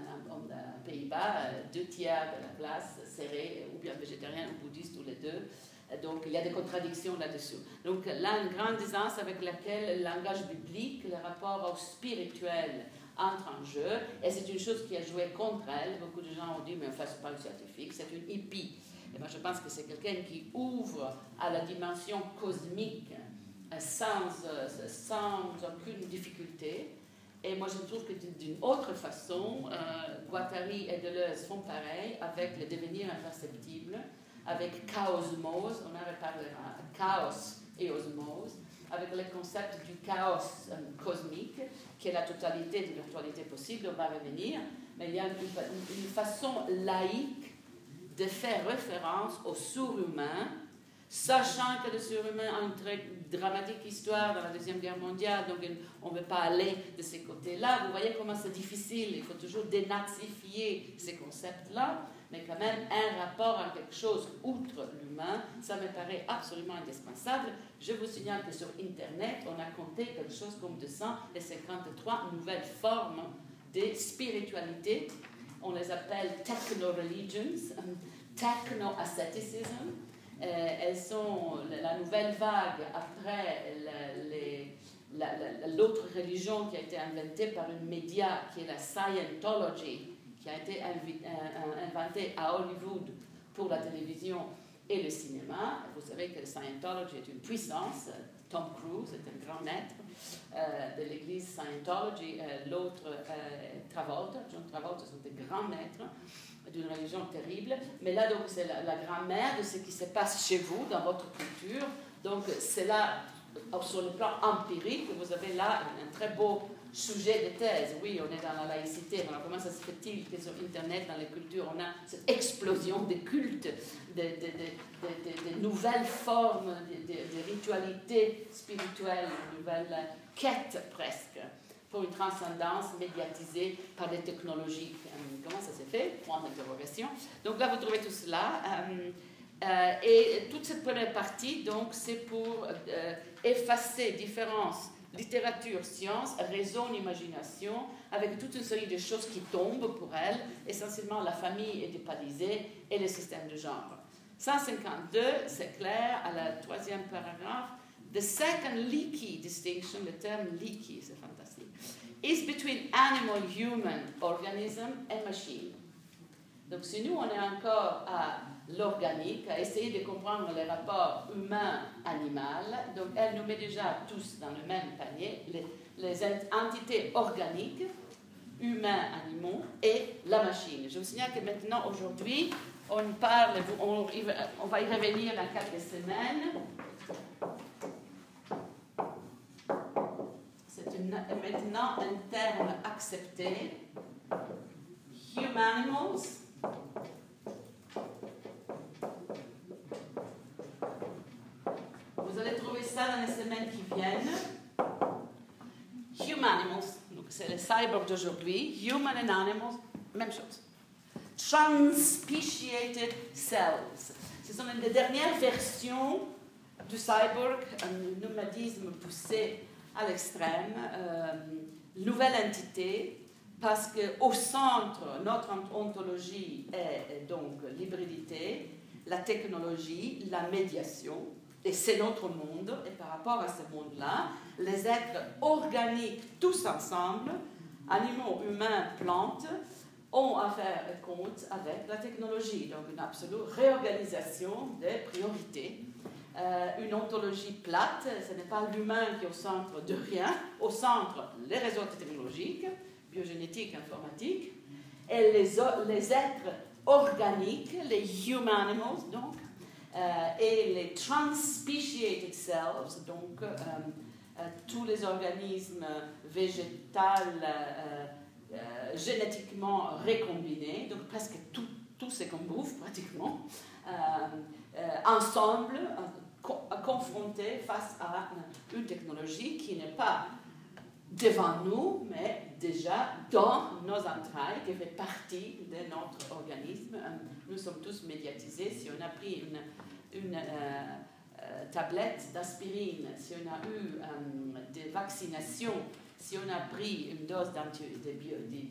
Aux Pays-Bas, deux tiers de la classe serrée, ou bien végétariens ou bouddhistes, tous les deux. Donc, il y a des contradictions là-dessus. Donc, là, une grande aisance avec laquelle le langage biblique, le rapport au spirituel, entre en jeu. Et c'est une chose qui a joué contre elle. Beaucoup de gens ont dit, mais enfin, ce n'est pas une scientifique, c'est une hippie. Et moi, je pense que c'est quelqu'un qui ouvre à la dimension cosmique sans, sans aucune difficulté. Et moi, je trouve que d'une autre façon, euh, Guattari et Deleuze font pareil avec le devenir imperceptible, avec chaosmose, on avait parlé de chaos et osmose, avec le concept du chaos euh, cosmique, qui est la totalité de l'actualité possible, on va revenir, mais il y a une, une façon laïque de faire référence au surhumain, sachant que le surhumain a une très dramatique histoire dans la Deuxième Guerre mondiale, donc on ne veut pas aller de ces côtés-là. Vous voyez comment c'est difficile, il faut toujours dénazifier ces concepts-là, mais quand même un rapport à quelque chose outre l'humain, ça me paraît absolument indispensable. Je vous signale que sur Internet, on a compté quelque chose comme deux cent cinquante-trois nouvelles formes de spiritualité. On les appelle techno-religions, techno-asceticism. Euh, elles sont la nouvelle vague après l'autre religion qui a été inventée par une média qui est la Scientology, qui a été inventée à Hollywood pour la télévision et le cinéma. Vous savez que le Scientology est une puissance. Tom Cruise est un grand maître euh, de l'église Scientology. Euh, L'autre, euh, Travolta, John Travolta, sont des grands maîtres d'une religion terrible. Mais là, donc, c'est la, la grand-mère de ce qui se passe chez vous, dans votre culture. Donc, c'est là, sur le plan empirique, vous avez là un, un très beau sujet de thèse. Oui, on est dans la laïcité. Alors, comment ça se fait-il que sur Internet, dans les cultures, on a cette explosion des cultes, de, de, de, de, de, de nouvelles formes, de, de, de ritualités spirituelles, de nouvelles quêtes presque, pour une transcendance médiatisée par des technologies. Comment ça s'est fait? Point d'interrogation. Donc là, vous trouvez tout cela. Euh, euh, et toute cette première partie, donc, c'est pour euh, effacer différences littérature, science, raison, imagination, avec toute une série de choses qui tombent pour elle. Essentiellement, la famille est dépalisée et le système de genre. cent cinquante-deux, c'est clair, à la troisième paragraphe. The second leaky distinction, le terme leaky, c'est fantastique, is between animal, human, organism and machine. Donc, si nous, on est encore à l'organique, à essayer de comprendre les rapports humain-animal, donc elle nous met déjà tous dans le même panier, les, les entités organiques, humains, animaux, et la machine. Je vous signale que maintenant, aujourd'hui, on parle, on, on va y revenir dans quelques semaines. C'est maintenant un terme accepté. Humanimals. Vous allez trouver ça dans les semaines qui viennent. Humanimals, donc c'est le cyborg d'aujourd'hui. Human and animals, même chose. Transspeciated cells. Ce sont les dernières versions du cyborg, un nomadisme poussé à l'extrême, euh, nouvelle entité, parce qu'au centre, notre ontologie est donc l'hybridité, la technologie, la médiation, et c'est notre monde, et par rapport à ce monde-là, les êtres organiques, tous ensemble, animaux, humains, plantes, ont à faire compte avec la technologie. Donc une absolue réorganisation des priorités. Euh, une ontologie plate, ce n'est pas l'humain qui est au centre de rien, au centre, les réseaux technologiques, biogénétiques, informatiques, et les, les êtres organiques, les humanimals, donc, euh, et les transspeciated cells, donc euh, euh, tous les organismes végétaux euh, euh, génétiquement récombinés, donc presque tout, tout ce qu'on bouffe pratiquement, euh, euh, ensemble, euh, co confrontés face à une technologie qui n'est pas devant nous, mais déjà dans nos entrailles, qui fait partie de notre organisme. Nous sommes tous médiatisés. Si on a pris une, une euh, euh, tablette d'aspirine, si on a eu euh, des vaccinations, si on a pris une dose d'antibiotiques,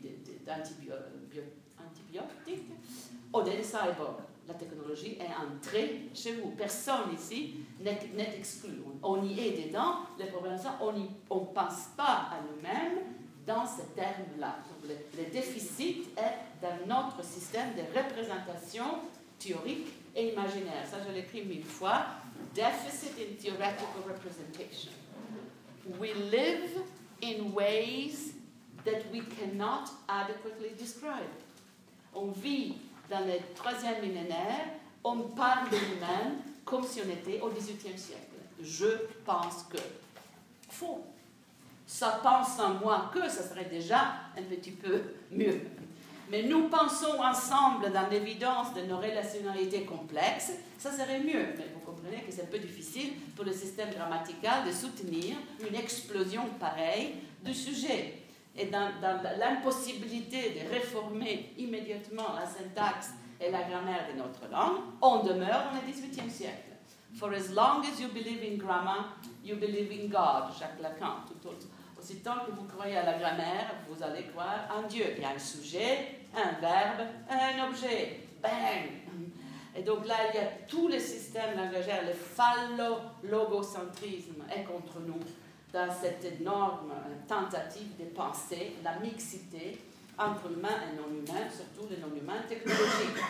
on est des cyborgs. La technologie est entrée chez vous. Personne ici n'est exclu. On y est dedans. Le problème, c'est qu'on ne pense pas à nous-mêmes dans ce terme-là. Le, le déficit est dans notre système de représentation théorique et imaginaire. Ça, je l'écris mille fois. Deficit in theoretical representation. We live in ways that we cannot adequately describe. On vit dans le troisième millénaire, on parle de l'humain comme si on était au dix-huitième siècle. Je pense que. Faux. Ça pense en moi que, ça serait déjà un petit peu mieux. Mais nous pensons ensemble dans l'évidence de nos relationnalités complexes, ça serait mieux. Mais vous comprenez que c'est un peu difficile pour le système grammatical de soutenir une explosion pareille du sujet. Et dans, dans l'impossibilité de réformer immédiatement la syntaxe et la grammaire de notre langue, on demeure dans le dix-huitième siècle. For as long as you believe in grammar, you believe in God, Jacques Lacan. Tout autre. Aussitôt que vous croyez à la grammaire, vous allez croire en Dieu. Il y a un sujet, un verbe, un objet. Bang! Et donc là, il y a tous les systèmes langagiers, le phallo-logocentrisme est contre nous dans cette énorme tentative de penser la mixité entre humains et non-humains, surtout les non-humains technologiques.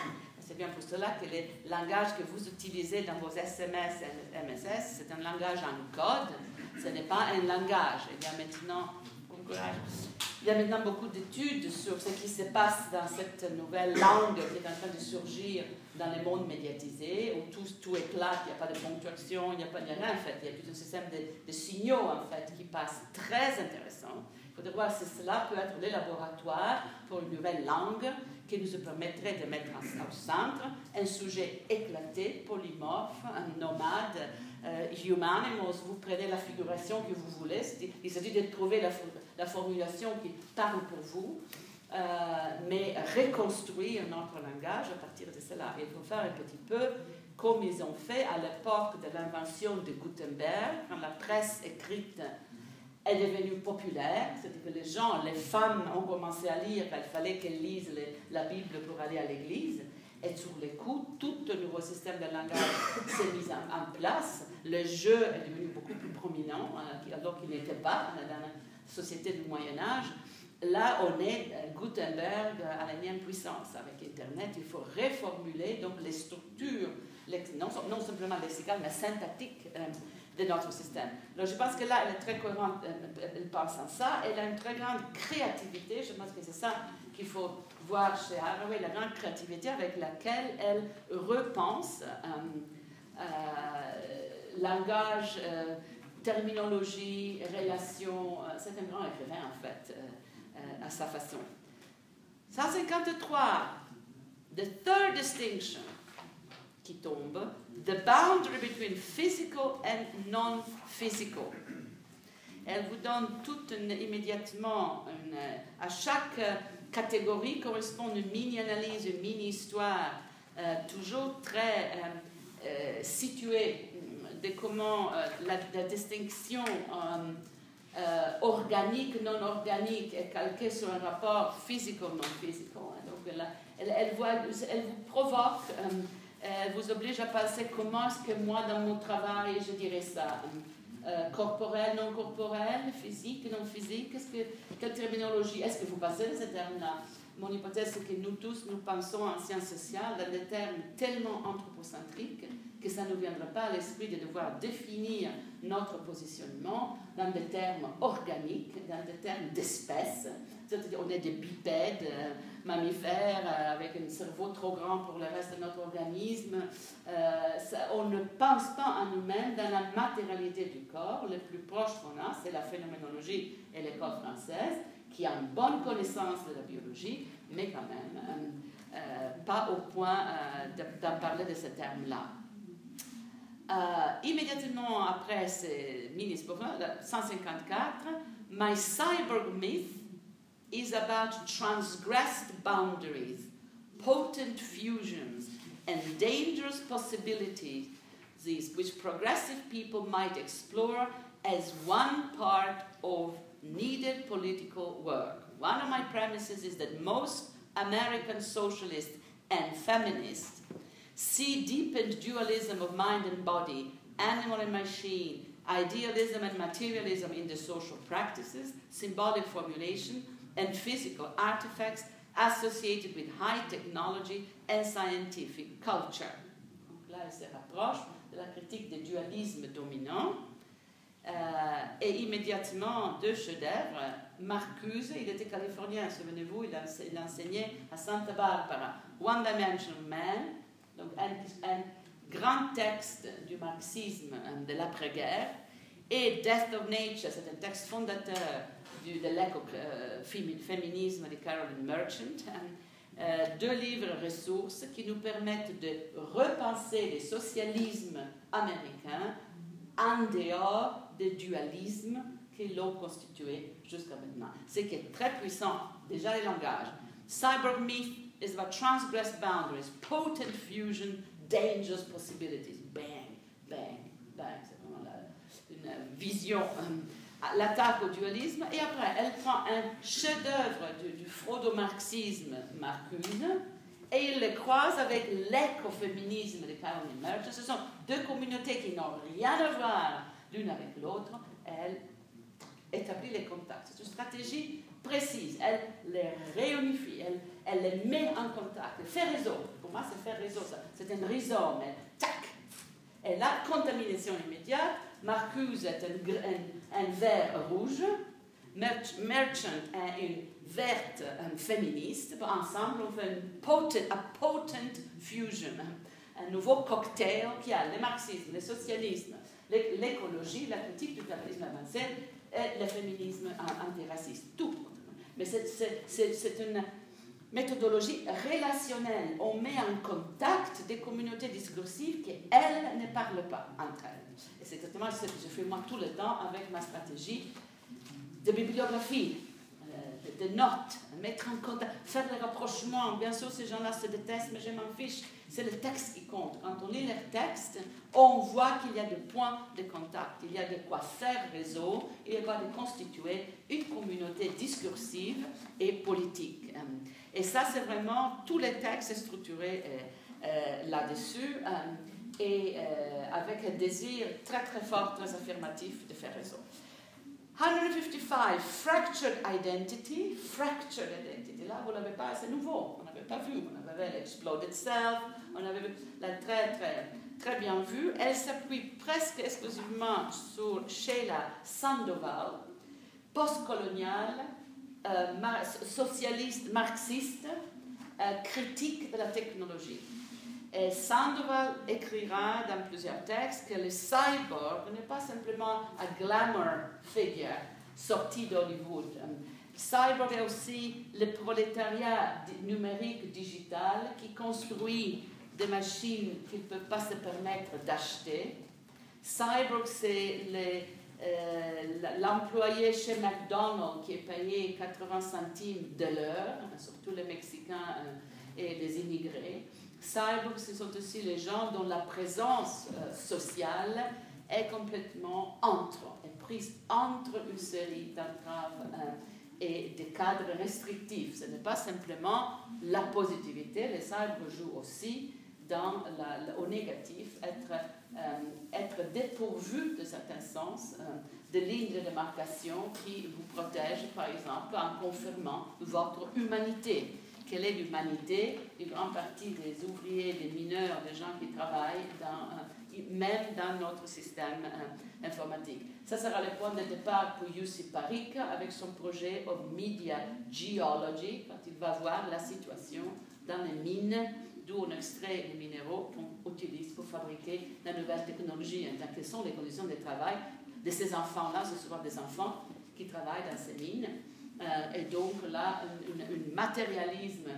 C'est bien pour cela que les langages que vous utilisez dans vos S M S et M S S, c'est un langage en code, ce n'est pas un langage. Il y a maintenant, il y a maintenant beaucoup d'études sur ce qui se passe dans cette nouvelle langue qui est en train de surgir dans le monde médiatisé, où tout, tout éclate, il n'y a pas de ponctuation, il n'y a pas de rien en fait, il y a tout un système de, de signaux en fait qui passe très intéressant. Il faudrait voir si cela peut être le laboratoire pour une nouvelle langue qui nous permettrait de mettre au centre un sujet éclaté, polymorphe, un nomade, euh, humanimals, vous prenez la figuration que vous voulez, il s'agit de trouver la, la formulation qui parle pour vous, euh, mais reconstruire notre langage à partir de cela. Il faut faire un petit peu comme ils ont fait à l'époque de l'invention de Gutenberg, quand la presse écrite est devenue populaire, c'est-à-dire que les gens, les femmes ont commencé à lire, il fallait qu'elles lisent les, la Bible pour aller à l'église, et sur les coups, tout un nouveau système de langage s'est mis en, en place. Le jeu est devenu beaucoup plus prominent, euh, alors qu'il n'était pas dans la société du Moyen-Âge. Là, on est euh, Gutenberg à l'énième puissance. Avec Internet, il faut reformuler donc, les structures, non, non simplement lexicales, mais syntactiques, euh, de notre système. Alors, je pense que là, elle est très cohérente, elle pense en ça, elle a une très grande créativité, je pense que c'est ça qu'il faut voir chez Haraway, la grande créativité avec laquelle elle repense euh, euh, langage, euh, terminologie, relation, euh, c'est un grand écrivain en fait, euh, euh, à sa façon. cent cinquante-trois, the third distinction qui tombe, the boundary between physical and non-physical. Elle vous donne toute une, immédiatement, une, à chaque catégorie correspond une mini-analyse, une mini-histoire, euh, toujours très euh, euh, située de comment euh, la, la distinction euh, euh, organique, non-organique est calquée sur un rapport physico-non-physical. Donc elle, elle, elle, voit, elle vous provoque, euh, elle vous oblige à penser comment est-ce que moi dans mon travail je dirais ça. Euh, corporel, non corporel, physique, non physique, qu'est-ce que, quelle terminologie est-ce que vous passez de ces termes-là? Mon hypothèse, c'est que nous tous, nous pensons en sciences sociales dans des termes tellement anthropocentriques que ça ne nous viendra pas à l'esprit de devoir définir notre positionnement dans des termes organiques, dans des termes d'espèces. C'est-à-dire, on est des bipèdes, euh, mammifères, euh, avec un cerveau trop grand pour le reste de notre organisme. Euh, ça, on ne pense pas en nous-mêmes dans la matérialité du corps. Le plus proche qu'on a, c'est la phénoménologie et l'école française, qui a une bonne connaissance de la biologie, mais quand même euh, euh, pas au point euh, d'en parler de ce terme-là. Euh, immédiatement après ces mini-spots, cent cinquante-quatre, My cyborg myth is about transgressed boundaries, potent fusions, and dangerous possibilities which progressive people might explore as one part of needed political work. One of my premises is that most American socialists and feminists see deepened dualism of mind and body, animal and machine, idealism and materialism in the social practices, symbolic formulation, and physical artifacts associated with high technology and scientific culture. Donc là, elle se rapproche de la critique des dualismes dominants. Euh, et immédiatement, deux chefs-d'œuvre, Marcuse, il était californien, souvenez-vous, il, il enseignait à Santa Barbara, One Dimensional Man, donc un, un grand texte du marxisme de l'après-guerre, et Death of Nature, c'est un texte fondateur du, de l'écoféminisme de Carolyn Merchant, euh, deux livres ressources qui nous permettent de repenser le socialisme américain en dehors des dualismes qui l'ont constitué jusqu'à maintenant. Ce qui est très puissant, déjà les langages. Cyborg myth is about transgressed boundaries, potent fusion, dangerous possibilities. Bang, bang, bang. C'est vraiment la, une vision, euh, l'attaque au dualisme. Et après, elle prend un chef-d'œuvre du, du fraudo-marxisme Marcuse et il le croise avec l'écoféminisme de Carolyn Merchant. Ce sont deux communautés qui n'ont rien à voir l'une avec l'autre. Elle établit les contacts. C'est une stratégie précise. Elle les réunifie, elle, elle les met en contact, elle fait réseau, pour moi, c'est faire réseau. C'est un rhizome, tac. Et là, contamination immédiate. Marcuse est un, un, un vert rouge. Merch, Merchant est une verte un féministe. Ensemble, on fait une potent, a potent fusion, un nouveau cocktail qui a le marxisme, le socialisme, l'écologie, la critique du capitalisme avancé et le féminisme antiraciste. Tout. Mais c'est une méthodologie relationnelle. On met en contact des communautés discursives qui, elles, ne parlent pas entre elles. Et c'est exactement ce que je fais moi tout le temps avec ma stratégie de bibliographie, euh, de, de notes, mettre en contact, faire les rapprochements. Bien sûr, ces gens-là se détestent, mais je m'en fiche. C'est le texte qui compte. Quand on lit leurs textes, on voit qu'il y a des points de contact, il y a de quoi faire réseau, il y a de quoi de constituer une communauté discursive et politique. Et ça, c'est vraiment, tous les textes structurés euh, euh, là-dessus, euh, et euh, avec un désir très très fort, très affirmatif de faire réseau. one hundred fifty-five, fractured identity. Fractured identity, là, vous ne l'avez pas, c'est nouveau, on n'avait pas vu, on avait l'exploded self, on avait vu, la très, très, très bien vue. Elle s'appuie presque exclusivement sur Sheila Sandoval, postcoloniale, euh, mar socialiste, marxiste, euh, critique de la technologie. Et Sandoval écrira dans plusieurs textes que le cyborg n'est pas simplement un glamour figure sorti d'Hollywood. Le cyborg est aussi le prolétariat numérique digital qui construit des machines qu'ils ne peuvent pas se permettre d'acheter. Cyborg, c'est l'employé euh, chez McDonald's qui est payé quatre-vingts centimes de l'heure, surtout les Mexicains euh, et les immigrés. Cyborg, ce sont aussi les gens dont la présence euh, sociale est complètement entre, est prise entre une série d'entraves euh, et des cadres restrictifs. Ce n'est pas simplement la positivité, les cyborgs jouent aussi dans la, la, au négatif, être, euh, être dépourvu de certains sens, euh, de lignes de démarcation qui vous protègent, par exemple, en confirmant votre humanité. Quelle est l'humanité? Une grande partie des ouvriers, des mineurs, des gens qui travaillent dans, euh, même dans notre système euh, informatique. Ça sera le point de départ pour Jussi Parikka avec son projet of Media Geology, quand il va voir la situation dans les mines, d'où on extrait les minéraux qu'on utilise pour fabriquer la nouvelle technologie. Donc, quelles sont les conditions de travail de ces enfants-là? C'est souvent des enfants qui travaillent dans ces mines. Euh, et donc là, un matérialisme,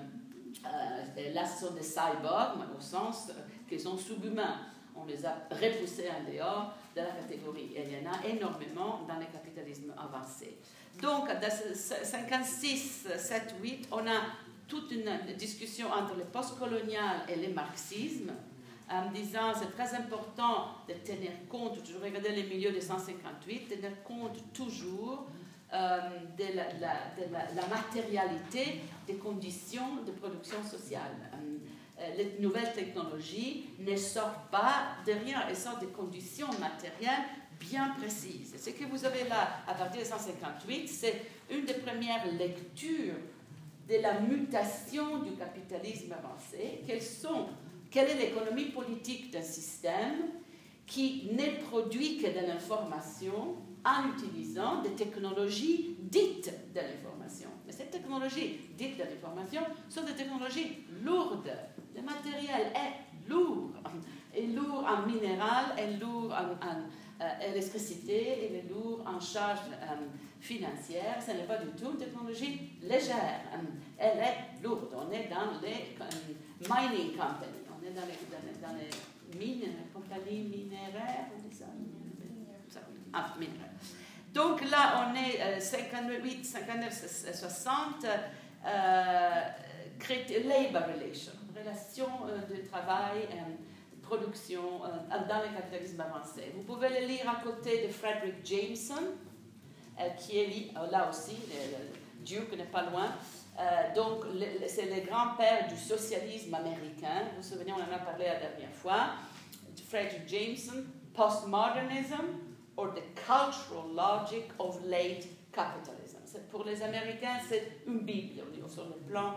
euh, là ce sont des cyborgs, au sens qu'ils sont subhumains. On les a repoussés en dehors de la catégorie. Et il y en a énormément dans le capitalisme avancé. Donc, dans cinquante-six, sept, huit, on a toute une discussion entre le postcolonial et le marxisme, en disant c'est très important de tenir compte, je regardais les milieux de cent cinquante-huit, tenir compte toujours Euh, de, la, la, de la, la matérialité des conditions de production sociale. Euh, les nouvelles technologies ne sortent pas de rien, elles sortent des conditions matérielles bien précises. Ce que vous avez là, à partir de cent cinquante-huit, c'est une des premières lectures de la mutation du capitalisme avancé. Quelles sont, quelle est l'économie politique d'un système qui ne produit que de l'information en utilisant des technologies dites de l'information. Mais ces technologies dites de l'information sont des technologies lourdes. Le matériel est lourd. Et lourd en minéral, et lourd en, en euh, électricité, et lourd en charge euh, financière. Ce n'est pas du tout une technologie légère. Elle est lourde. On est dans les um, mining companies. On est dans les, dans les, dans les mines, les compagnies minéraires, on dit ça. Ah, donc là, on est euh, cinquante-huit, cinquante-neuf, soixante, euh, labor relation, relation euh, de travail, euh, production euh, dans le capitalisme avancé. Vous pouvez le lire à côté de Frederick Jameson, euh, qui est là aussi, le, le Duke n'est pas loin. Euh, donc, c'est le grand-père du socialisme américain. Vous vous souvenez, on en a parlé la dernière fois. Frederick Jameson, Postmodernism, or the cultural logic of late capitalism. Pour les Américains, c'est une Bible, on dit, sur le plan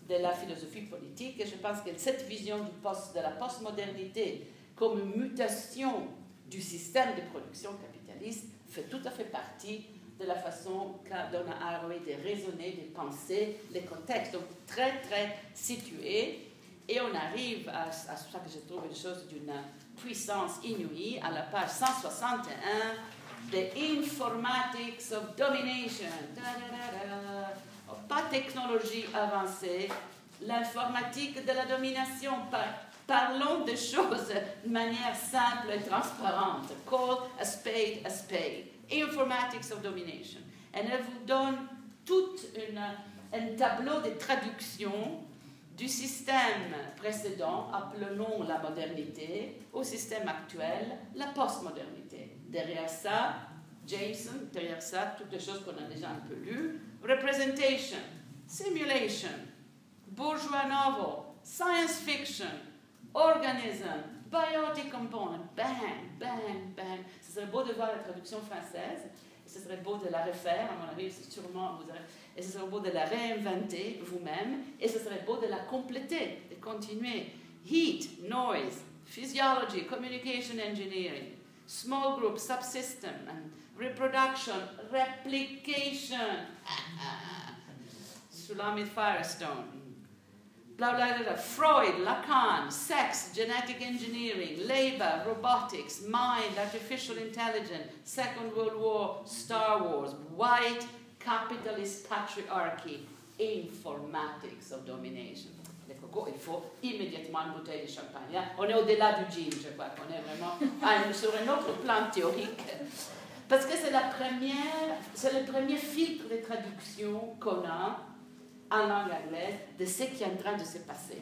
de la philosophie politique. Et je pense que cette vision du post, de la postmodernité comme une mutation du système de production capitaliste fait tout à fait partie de la façon qu'a Donna Haraway de raisonner, de penser les contextes. Donc très, très situé. Et on arrive à, à ça que je trouve une chose d'une puissance inouïe, à la page cent soixante et un, The Informatics of Domination. Da, da, da, da. Pas technologie avancée, l'informatique de la domination. Par, parlons des choses de manière simple et transparente. Call a spade a spade. Informatics of Domination. Et elle vous donne tout une, un tableau de traduction du système précédent, appelons la modernité, au système actuel, la postmodernité. Derrière ça, Jameson, derrière ça, toutes les choses qu'on a déjà un peu lues, representation, simulation, bourgeois novel, science fiction, organism, biotic component, bang, bang, bang. Ce serait beau de voir la traduction française, et ce serait beau de la refaire, à mon avis, c'est sûrement, vous avez, et ce serait beau de la réinventer vous-même, et ce serait beau de la compléter, de continuer. Heat, noise, physiology, communication engineering, small group, subsystem, and reproduction, replication. Shulamit Firestone. Blah, blah, blah. Freud, Lacan, sex, genetic engineering, labor, robotics, mind, artificial intelligence, Second World War, Star Wars, white capitalist patriarchy, informatics of domination. Il faut immédiatement une bouteille de champagne. Hein? On est au-delà du gin, je crois qu'on est vraiment ah, sur un autre plan théorique. Parce que c'est la première, c'est le premier filtre de traduction qu'on a en langue anglaise de ce qui est en train de se passer.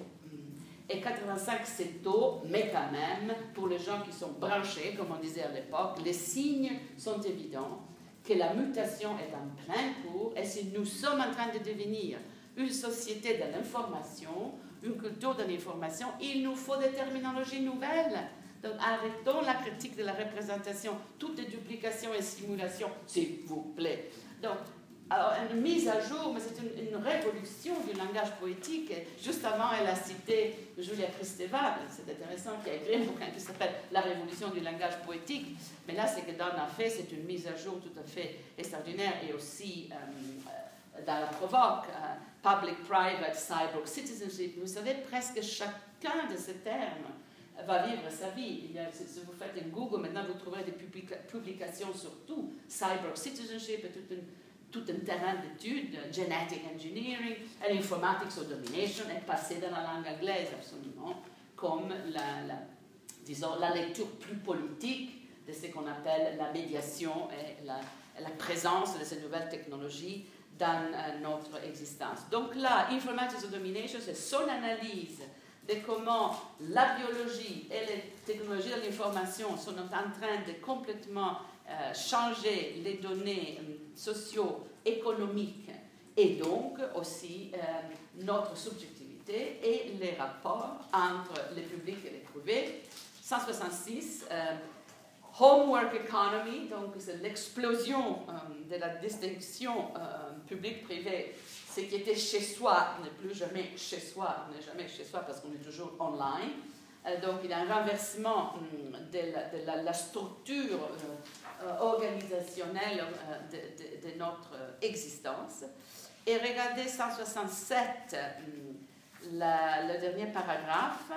Et quatre-vingt-cinq, c'est tôt, mais quand même, pour les gens qui sont branchés, comme on disait à l'époque, les signes sont évidents que la mutation est en plein cours, et si nous sommes en train de devenir une société de l'information, une culture de l'information, il nous faut des terminologies nouvelles. Donc arrêtons la critique de la représentation, toutes les duplications et simulations, s'il vous plaît. Donc, alors, une mise à jour, mais c'est une, une révolution du langage poétique. Juste avant, elle a cité Julia Kristeva, c'est intéressant, qui a écrit un bouquin qui s'appelle La révolution du langage poétique. Mais là, ce que Don a fait, c'est une mise à jour tout à fait extraordinaire et aussi euh, dans la provoque, euh, public-private, cyber citizenship. Vous savez, presque chacun de ces termes va vivre sa vie. Il y a, si vous faites un Google, maintenant vous trouverez des publica publications sur tout. Cyber citizenship et tout un, tout un terrain d'études, genetic engineering, et informatics of domination est passé dans la langue anglaise absolument, comme la, la, disons, la lecture plus politique de ce qu'on appelle la médiation et la, la présence de ces nouvelles technologies dans euh, notre existence. Donc là, Informatics of Domination, c'est son analyse de comment la biologie et les technologies de l'information sont en train de complètement euh, changer les données euh, socio-économiques et donc aussi euh, notre subjectivité et les rapports entre le public et le privé. cent soixante-six, euh, Homework Economy, donc c'est l'explosion euh, de la distinction euh, public-privé. Ce qui était chez soi n'est plus jamais chez soi, n'est jamais chez soi parce qu'on est toujours online. Euh, donc il y a un renversement hum, de, la, de la, la structure euh, organisationnelle euh, de, de, de notre existence. Et regardez cent soixante-sept, hum, la, le dernier paragraphe.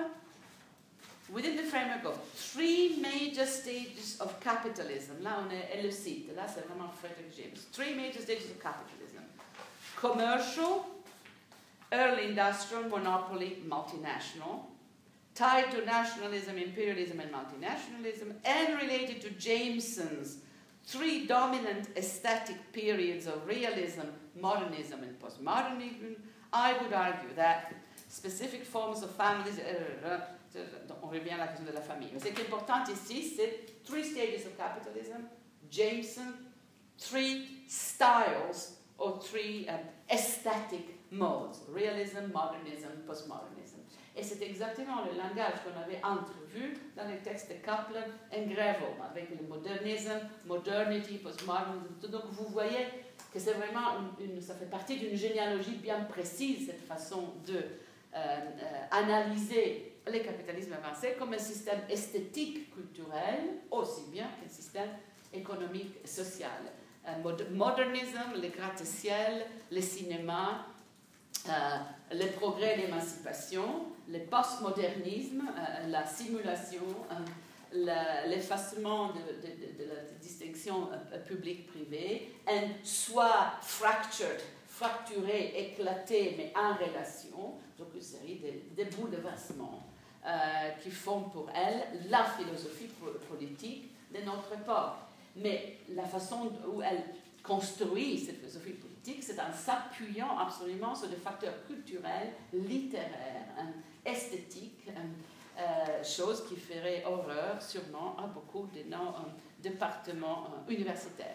Within the framework of three major stages of capitalism, là on est, elle le cite, là c'est vraiment Frederick James, three major stages of capitalism. Commercial, early industrial, monopoly, multinational, tied to nationalism, imperialism, and multinationalism, and related to Jameson's three dominant aesthetic periods of realism, modernism, and postmodernism. I would argue that specific forms of families, uh, on revient à la question de la famille. Mais ce qui est important ici, c'est three stages of capitalism, Jameson, three styles, or three um, aesthetic modes, realism, modernism, postmodernism. Et c'est exactement le langage qu'on avait entrevu dans les textes de Kaplan et Greville, avec le modernisme, modernity, postmodernism. Donc vous voyez que c'est vraiment une, une, ça fait partie d'une généalogie bien précise, cette façon de euh, euh, analyser le capitalisme avancé comme un système esthétique culturel aussi bien qu'un système économique et social. Le modernisme, le gratte-ciel, le cinéma, euh, les progrès de l'émancipation, le postmodernisme, euh, la simulation, euh, l'effacement de, de, de, de la distinction euh, publique-privée, un soi fractured, fracturé, éclaté, mais en relation, donc une série de, de bouleversements euh, qui font pour elle la philosophie politique de notre époque. Mais la façon où elle construit cette philosophie politique, c'est en s'appuyant absolument sur des facteurs culturels, littéraires, hein, esthétiques, hein, euh, chose qui ferait horreur sûrement à beaucoup de nos euh, départements euh, universitaires.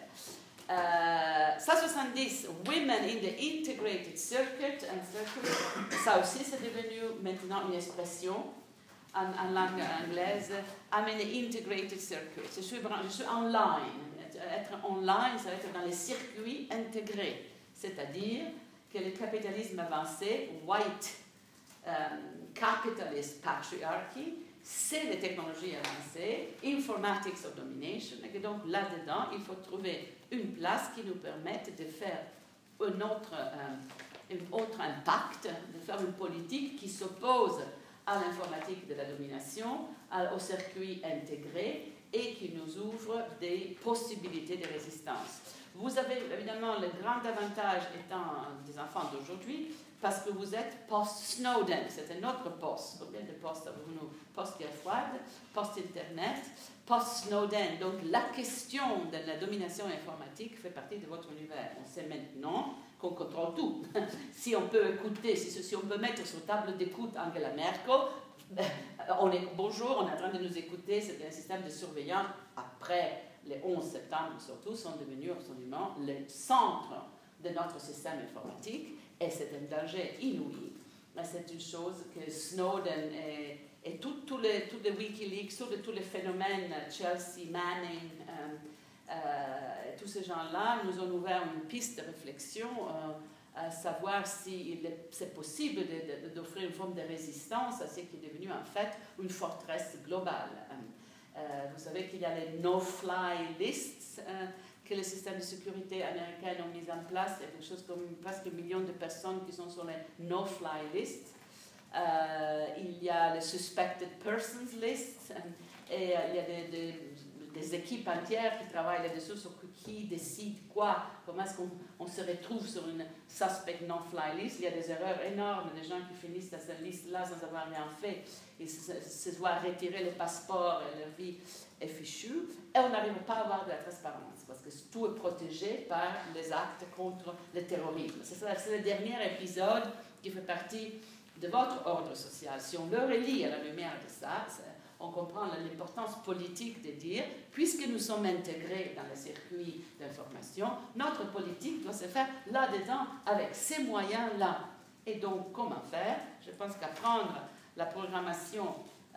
Euh, cent soixante-dix, Women in the Integrated Circuit, and circuit, ça aussi c'est devenu maintenant une expression en, en langue anglaise. I'm in the integrated circuit. Je suis, je suis online. Être online, ça va être dans les circuits intégrés. C'est-à-dire que le capitalisme avancé, white um, capitalist patriarchy, c'est les technologies avancées, informatics of domination, et que donc là-dedans, il faut trouver une place qui nous permette de faire un autre, euh, un autre impact, de faire une politique qui s'oppose à l'informatique de la domination, à, au circuit intégré et qui nous ouvre des possibilités de résistance. Vous avez évidemment le grand avantage étant des enfants d'aujourd'hui parce que vous êtes post-Snowden, c'est un autre post. Combien de postes avons-nous? Post-guerre froide, post-Internet, post-Snowden. Donc la question de la domination informatique fait partie de votre univers. On sait maintenant qu'on contrôle tout. Si on peut écouter, si, si on peut mettre sur table d'écoute Angela Merkel, on est, bonjour, on est en train de nous écouter, c'est un système de surveillance. Après le onze septembre, surtout, sont devenus absolument le centre de notre système informatique et c'est un danger inouï. C'est une chose que Snowden et, et tous les, tout les Wikileaks, tous les, tous les phénomènes, Chelsea Manning, euh, euh, tous ces gens-là nous ont ouvert une piste de réflexion euh, à savoir si c'est possible d'offrir une forme de résistance à ce qui est devenu en fait une forteresse globale. Euh, vous savez qu'il y a les no-fly lists euh, que les systèmes de sécurité américains ont mis en place. Il y a quelque chose comme presque un million de personnes qui sont sur les no-fly lists. Euh, il y a les suspected persons lists euh, et euh, il y a des, des, des équipes entières qui travaillent là-dessus sur qui décide quoi, comment est-ce qu'on on se retrouve sur une suspect no-fly list. Il y a des erreurs énormes, des gens qui finissent dans cette liste-là sans avoir rien fait. Ils se, se voient retirer le passeport et leur vie est fichue. Et on n'arrive pas à avoir de la transparence parce que tout est protégé par les actes contre le terrorisme. C'est le dernier épisode qui fait partie de votre ordre social. Si on le relit à la lumière de ça, on comprend l'importance politique de dire, puisque nous sommes intégrés dans les circuits d'information, notre politique doit se faire là-dedans avec ces moyens-là. Et donc, comment faire? Je pense qu'apprendre la programmation, euh,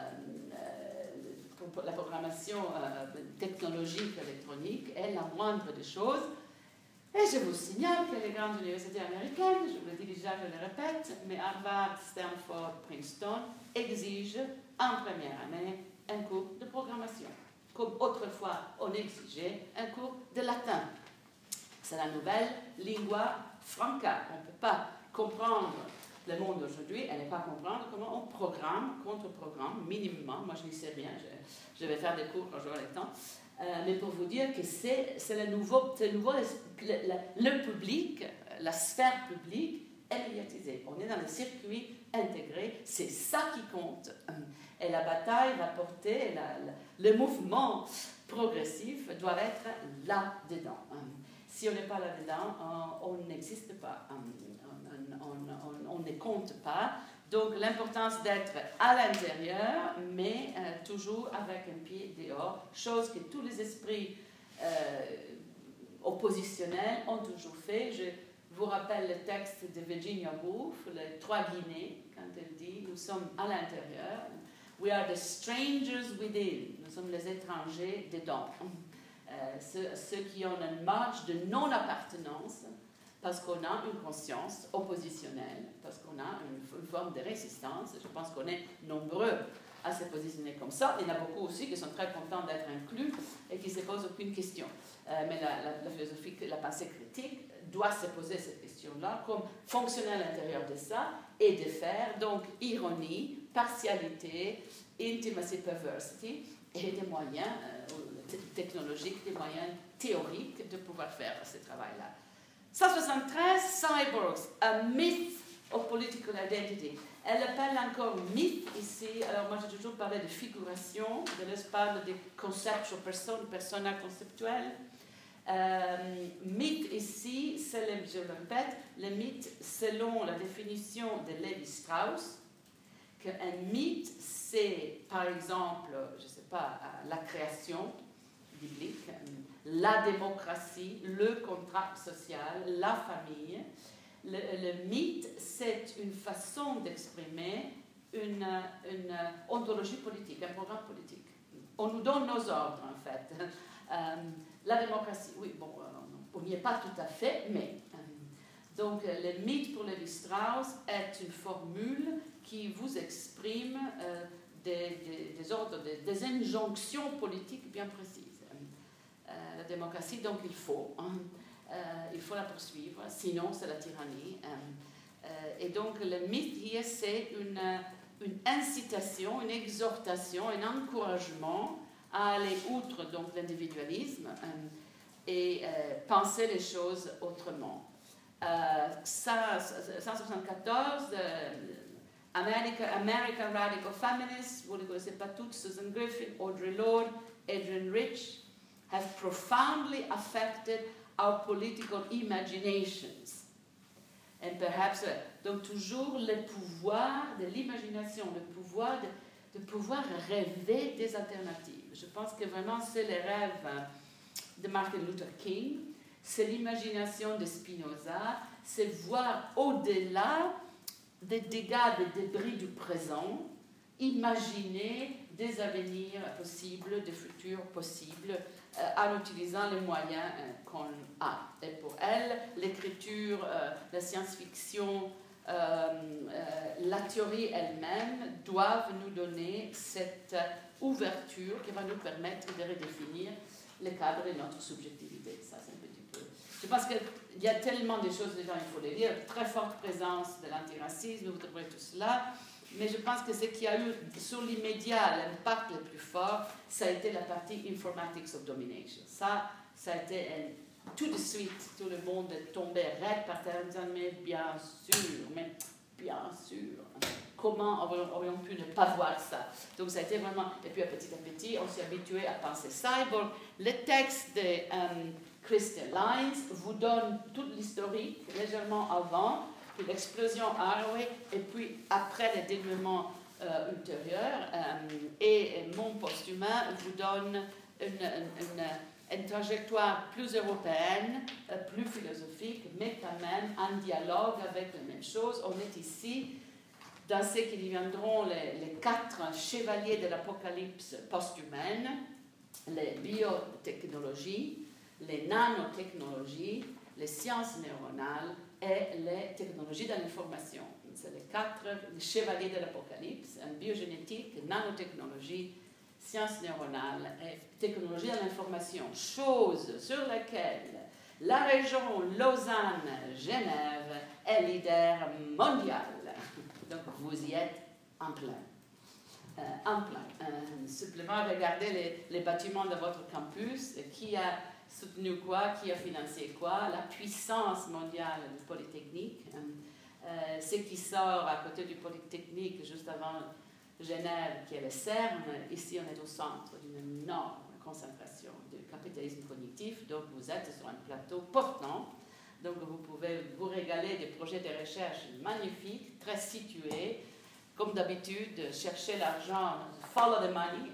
euh, la programmation euh, technologique électronique est la moindre des choses. Et je vous signale que les grandes universités américaines, je vous le dis déjà, je le répète, mais Harvard, Stanford, Princeton, exigent en première année un cours de programmation, comme autrefois on exigeait un cours de latin. C'est la nouvelle lingua franca. On ne peut pas comprendre le monde d'aujourd'hui et ne pas comprendre comment on programme, contre-programme, minimum. Moi, je n'y sais rien, je, je vais faire des cours quand j'aurai le temps. Euh, mais pour vous dire que c'est le nouveau, le, nouveau le, le public, la sphère publique est médiatisée. On est dans le circuit intégré, c'est ça qui compte. Et la bataille va porter, la, la, le mouvement progressif doit être là-dedans. Si on n'est pas là-dedans, on n'existe pas, on, on, on, on ne compte pas. Donc l'importance d'être à l'intérieur, mais euh, toujours avec un pied dehors, chose que tous les esprits euh, oppositionnels ont toujours fait. Je vous rappelle le texte de Virginia Woolf, les trois Guinées, quand elle dit « Nous sommes à l'intérieur ». We are the strangers within. Nous sommes les étrangers dedans. euh, ceux, ceux qui ont une marge de non-appartenance, parce qu'on a une conscience oppositionnelle, parce qu'on a une, une forme de résistance. Je pense qu'on est nombreux à se positionner comme ça. Il y en a beaucoup aussi qui sont très contents d'être inclus et qui ne se posent aucune question. Euh, mais la, la, la philosophie, la pensée critique doit se poser cette question-là comme fonctionner à l'intérieur de ça et de faire donc ironie, partialité, intimacy, perversity et des moyens euh, technologiques, des moyens théoriques de pouvoir faire ce travail-là. cent soixante-treize, Cyborgs, a myth of political identity. Elle appelle encore mythe ici. Alors moi j'ai toujours parlé de figuration, de laisse parle de conceptual person, persona conceptuel. Euh, mythe ici, c'est le, je le répète, le mythe selon la définition de Lévi-Strauss, qu'un mythe c'est par exemple, je ne sais pas, la création biblique, la démocratie, le contrat social, la famille. Le, le mythe, c'est une façon d'exprimer une, une ontologie politique, un programme politique. On nous donne nos ordres, en fait. Euh, la démocratie, oui, bon, on n'y est pas tout à fait, mais... Euh, donc, le mythe pour Lévi-Strauss est une formule qui vous exprime euh, des, des, des ordres, des, des injonctions politiques bien précises. Euh, la démocratie, donc il faut, hein, euh, il faut la poursuivre, sinon c'est la tyrannie. Euh, euh, et donc le mythe hier, c'est une, une incitation, une exhortation, un encouragement à aller outre donc l'individualisme euh, et euh, penser les choses autrement. Euh, cent soixante-quatorze, euh, America, American Radical Feminists, vous ne les connaissez pas toutes, Susan Griffin, Audre Lorde, Adrienne Rich, have profoundly affected our political imaginations. And perhaps, donc toujours le pouvoir de l'imagination, le pouvoir de, de pouvoir rêver des alternatives. Je pense que vraiment c'est le rêve de Martin Luther King, c'est l'imagination de Spinoza, c'est voir au-delà des dégâts, des débris du présent, imaginer des avenirs possibles, des futurs possibles, euh, en utilisant les moyens euh, qu'on a. Et pour elle, l'écriture, euh, la science-fiction, euh, euh, la théorie elle-même doivent nous donner cette ouverture qui va nous permettre de redéfinir le cadre de notre subjectivité. Ça, c'est un petit peu... Je pense qu'il y a tellement de choses dedans, il faut les lire. Très forte présence de l'antiracisme, vous trouverez tout cela. Mais je pense que ce qui a eu sur l'immédiat l'impact le plus fort, ça a été la partie Informatics of Domination. Ça, ça a été un, tout de suite, tout le monde est tombé raide par terre en disant, mais bien sûr, mais bien sûr, comment aurions pu ne pas voir ça? Donc ça a été vraiment, et puis à petit à petit, on s'est habitué à penser cyborg. Le texte de um, Christian Lynes vous donne toute l'historique, légèrement avant, puis l'explosion Haraway, et puis après le dénouement euh, ultérieur. Euh, et mon post-humain vous donne une, une, une, une trajectoire plus européenne, euh, plus philosophique, mais quand même en dialogue avec les mêmes choses. On est ici dans ce qui deviendront les, les quatre chevaliers de l'apocalypse post-humaine, les biotechnologies, les nanotechnologies, les sciences neuronales et les technologies de l'information. C'est les quatre les chevaliers de l'apocalypse, en biogénétique, nanotechnologie, sciences neuronales et technologie de l'information. Chose sur laquelle la région Lausanne-Genève est leader mondial. Donc vous y êtes en plein. Euh, en plein. Un supplément, regardez les, les bâtiments de votre campus, qui a soutenu quoi, qui a financé quoi, la puissance mondiale du Polytechnique. Euh, ce qui sort à côté du Polytechnique, juste avant Genève, qui est le CERN, ici on est au centre d'une énorme concentration de capitalisme cognitif, donc vous êtes sur un plateau portant, donc vous pouvez vous régaler des projets de recherche magnifiques, très situés, comme d'habitude, chercher l'argent, follow the money,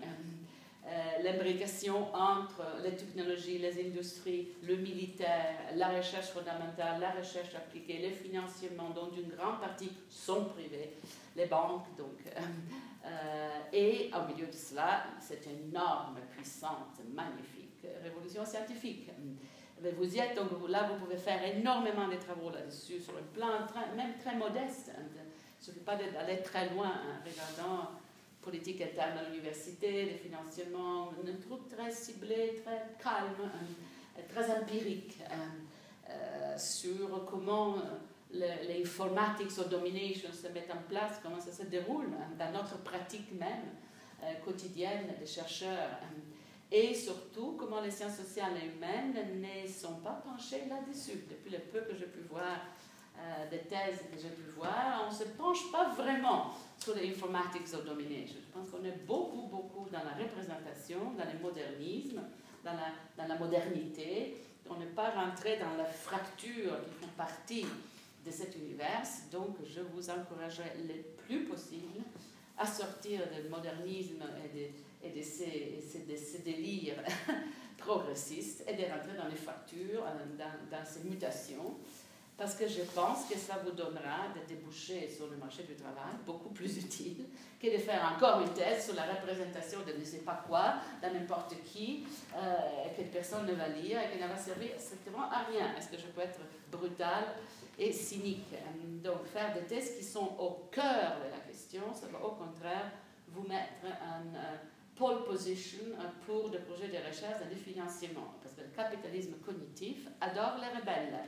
Euh, l'imbrication entre les technologies, les industries, le militaire, la recherche fondamentale, la recherche appliquée, les financements, dont une grande partie sont privés, les banques, donc. Euh, euh, et au milieu de cela, cette énorme puissance magnifique révolution scientifique. Mais vous y êtes, donc là, vous pouvez faire énormément de travaux là-dessus, sur un plan très, même très modeste. Il ne suffit pas d'aller très loin, hein, regardant politique interne à l'université, les financements, un truc très ciblé, très calme, hein, très empirique, hein, euh, sur comment les informatics or domination se mettent en place, comment ça se déroule hein, dans notre pratique même euh, quotidienne des chercheurs. Hein, et surtout, comment les sciences sociales et humaines ne sont pas penchées là-dessus. Depuis le peu que j'ai pu voir, euh, des thèses que j'ai pu voir, on ne se penche pas vraiment sur les informatics of domination. Je pense qu'on est beaucoup, beaucoup dans la représentation, dans le modernisme, dans la, dans la modernité. On n'est pas rentré dans la fracture qui font partie de cet univers. Donc, je vous encouragerai le plus possible à sortir du modernisme et de et de ces, de ces délires progressistes et de rentrer dans les fractures, dans, dans ces mutations, parce que je pense que ça vous donnera des débouchés sur le marché du travail beaucoup plus utiles que de faire encore une thèse sur la représentation de ne sais pas quoi, dans n'importe qui, euh, que personne ne va lire et qui ne va servir strictement à rien. Est-ce que je peux être brutale et cynique? Donc, faire des thèses qui sont au cœur de la question, ça va au contraire vous mettre en euh, pole position pour des projets de recherche et de financement. Parce que le capitalisme cognitif adore les rebelles,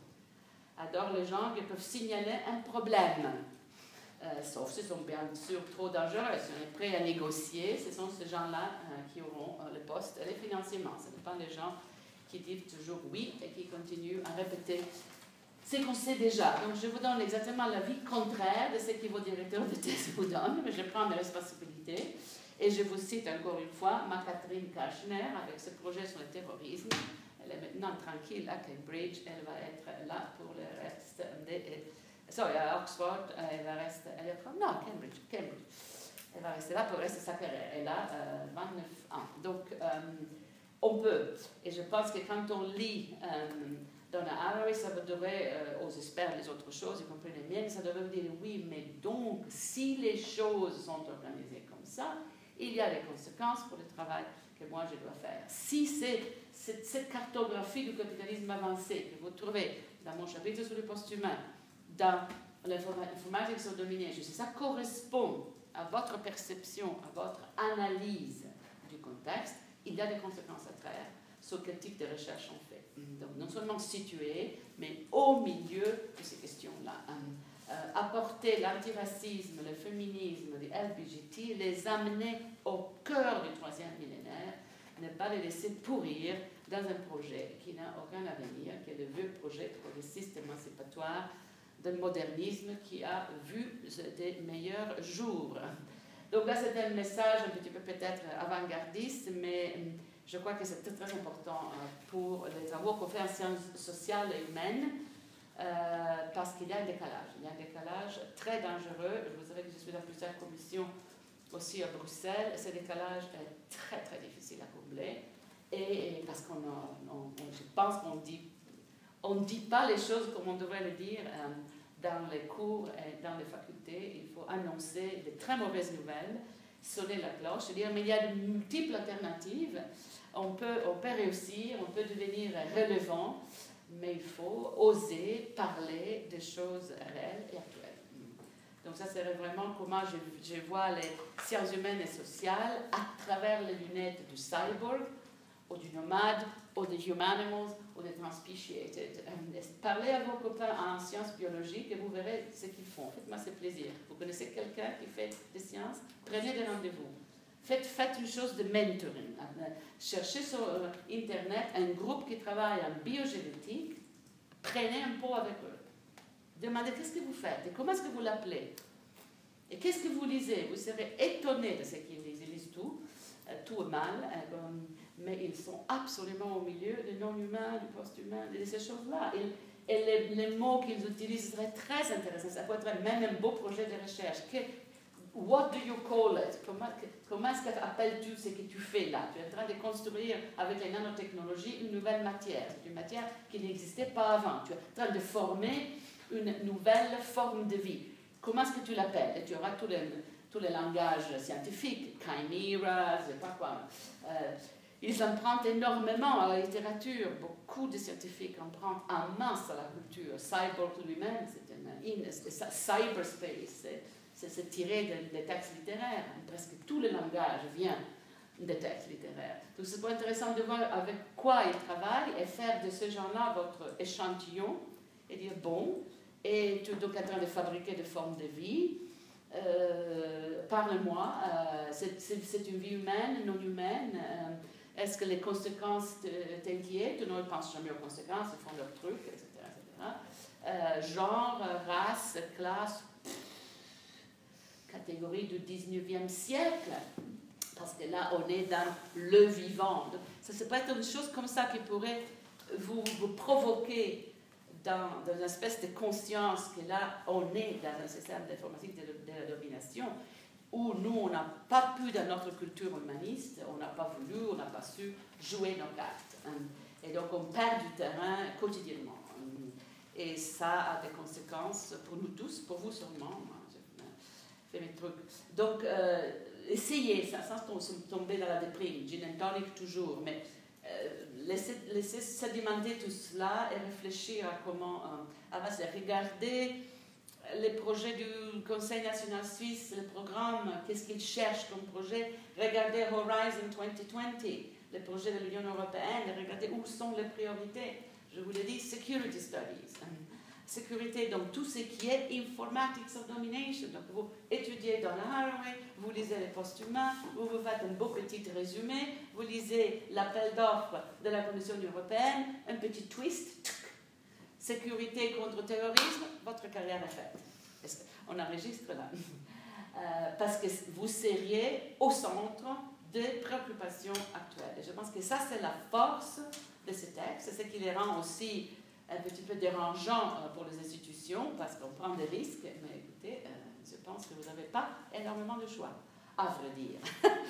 adore les gens qui peuvent signaler un problème. Euh, sauf s'ils sont bien sûr trop dangereux, si on est prêt à négocier, ce sont ces gens-là euh, qui auront euh, le poste et les financements. Ce ne sont pas les gens qui disent toujours oui et qui continuent à répéter ce qu'on sait déjà. Donc je vous donne exactement l'avis contraire de ce que vos directeurs de thèse vous donnent, mais je prends mes responsabilités. Et je vous cite encore une fois ma Catherine Kachner avec ce projet sur le terrorisme. Elle est maintenant tranquille à Cambridge, elle va être là pour le reste des... Sorry, à Oxford, elle va rester... Elle est... Non, Cambridge, Cambridge. Elle va rester là pour le reste de sa carrière. Elle a euh, vingt-neuf ans. Donc, euh, on peut. Et je pense que quand on lit euh, Donna Haraway, ça devrait, euh, aux experts, les autres choses, y compris les miennes, ça devrait vous dire oui, mais donc, si les choses sont organisées comme ça, il y a des conséquences pour le travail que moi je dois faire. Si c'est cette, cette cartographie du capitalisme avancé que vous trouvez dans mon chapitre sur le post-humain, dans l'informatique sur domination, si ça correspond à votre perception, à votre analyse du contexte, il y a des conséquences à travers sur quel type de recherche on fait. Donc non seulement situé, mais au milieu de ces questions-là. Euh, apporter l'antiracisme, le féminisme, le L G B T, les amener au cœur du troisième millénaire, ne pas les laisser pourrir dans un projet qui n'a aucun avenir, qui est le vieux projet progressiste émancipatoire d'un modernisme qui a vu des meilleurs jours. Donc là, c'était un message un petit peu peut-être avant-gardiste, mais je crois que c'est très, très important pour les travaux qu'on fait en sciences sociales et humaines, euh, parce qu'il y a un décalage. Il y a un décalage très dangereux. Je vous dirais que je suis dans plusieurs commissions aussi à Bruxelles. Ce décalage est très, très difficile à combler. Et, et parce qu'on on, on, je pense qu'on dit, on ne dit pas les choses comme on devrait les dire euh, dans les cours et dans les facultés. Il faut annoncer de très mauvaises nouvelles, sonner la cloche et dire mais il y a de multiples alternatives. On peut, on peut réussir, on peut devenir relevant, mais il faut oser parler des choses réelles et actuelles. Donc ça serait vraiment comment je, je vois les sciences humaines et sociales à travers les lunettes du cyborg, ou du nomade, ou des humanimals, ou des transspeciated. Parlez à vos copains en sciences biologiques et vous verrez ce qu'ils font. Faites-moi ce plaisir. Vous connaissez quelqu'un qui fait des sciences? Prenez des rendez-vous. Faites, faites une chose de mentoring. Cherchez sur Internet un groupe qui travaille en biogénétique. Prenez un pot avec eux. Demandez qu'est-ce que vous faites et comment est-ce que vous l'appelez. Et qu'est-ce que vous lisez? Vous serez étonné de ce qu'ils lisent. Ils lisent tout, tout est mal, mais ils sont absolument au milieu du non-humain, du post-humain, de ces choses-là. Et, et les, les mots qu'ils utilisent seraient très intéressants. Ça peut être même un beau projet de recherche. Que, what do you call it? Comment, comment est-ce qu'appelles-tu ce que tu fais là? Tu es en train de construire avec les nanotechnologies une nouvelle matière. C'est une matière qui n'existait pas avant. Tu es en train de former une nouvelle forme de vie. Comment est-ce que tu l'appelles? Et tu auras tous les, tous les langages scientifiques, chimera, je ne sais pas quoi. Euh, ils empruntent énormément à la littérature. Beaucoup de scientifiques empruntent en masse à la culture. Cyborg lui-même, c'est un cyberspace, c'est tiré des textes littéraires. Presque tout le langage vient des textes littéraires. Donc c'est pas intéressant de voir avec quoi ils travaillent et faire de ce genre-là votre échantillon et dire bon, et tu es donc en train de fabriquer des formes de vie. Euh, Parle-moi, euh, c'est une vie humaine, non humaine. Euh, Est-ce que les conséquences t'inquiètent? Non, ils ne pensent jamais aux conséquences, ils font leur truc, et cetera et cetera. Euh, genre, race, classe, pff, catégorie du dix-neuvième siècle. Parce que là, on est dans le vivant. Donc, ça, c'est pas une chose comme ça qui pourrait vous, vous provoquer dans, dans une espèce de conscience que là, on est dans un système d'informatique de, de la domination, où nous, on n'a pas pu, dans notre culture humaniste, on n'a pas voulu, on n'a pas su jouer nos cartes. Et donc, on perd du terrain quotidiennement. Et ça a des conséquences pour nous tous, pour vous sûrement. Je fais mes trucs. Donc, euh, essayez ça, sans tomber dans la déprime. Gin and tonic toujours, mais euh, laissez, laissez sédimenter tout cela et réfléchir à comment euh, avancer. Regardez les projets du Conseil national suisse, les programmes, qu'est-ce qu'ils cherchent comme projet. Regardez Horizon vingt vingt, les projets de l'Union européenne, regardez où sont les priorités. Je vous l'ai dit, security studies. Sécurité, donc tout ce qui est informatics of domination. Donc vous étudiez dans la Haraway, vous lisez les postes humains, vous vous faites un beau petit résumé, vous lisez l'appel d'offres de la Commission européenne, un petit twist, tchuk, sécurité contre terrorisme, votre carrière est faite. On enregistre là. Euh, parce que vous seriez au centre des préoccupations actuelles. Et je pense que ça, c'est la force de ces textes, c'est ce qui les rend aussi un petit peu dérangeant pour les institutions, parce qu'on prend des risques, mais écoutez, euh, je pense que vous n'avez pas énormément de choix, à vrai dire.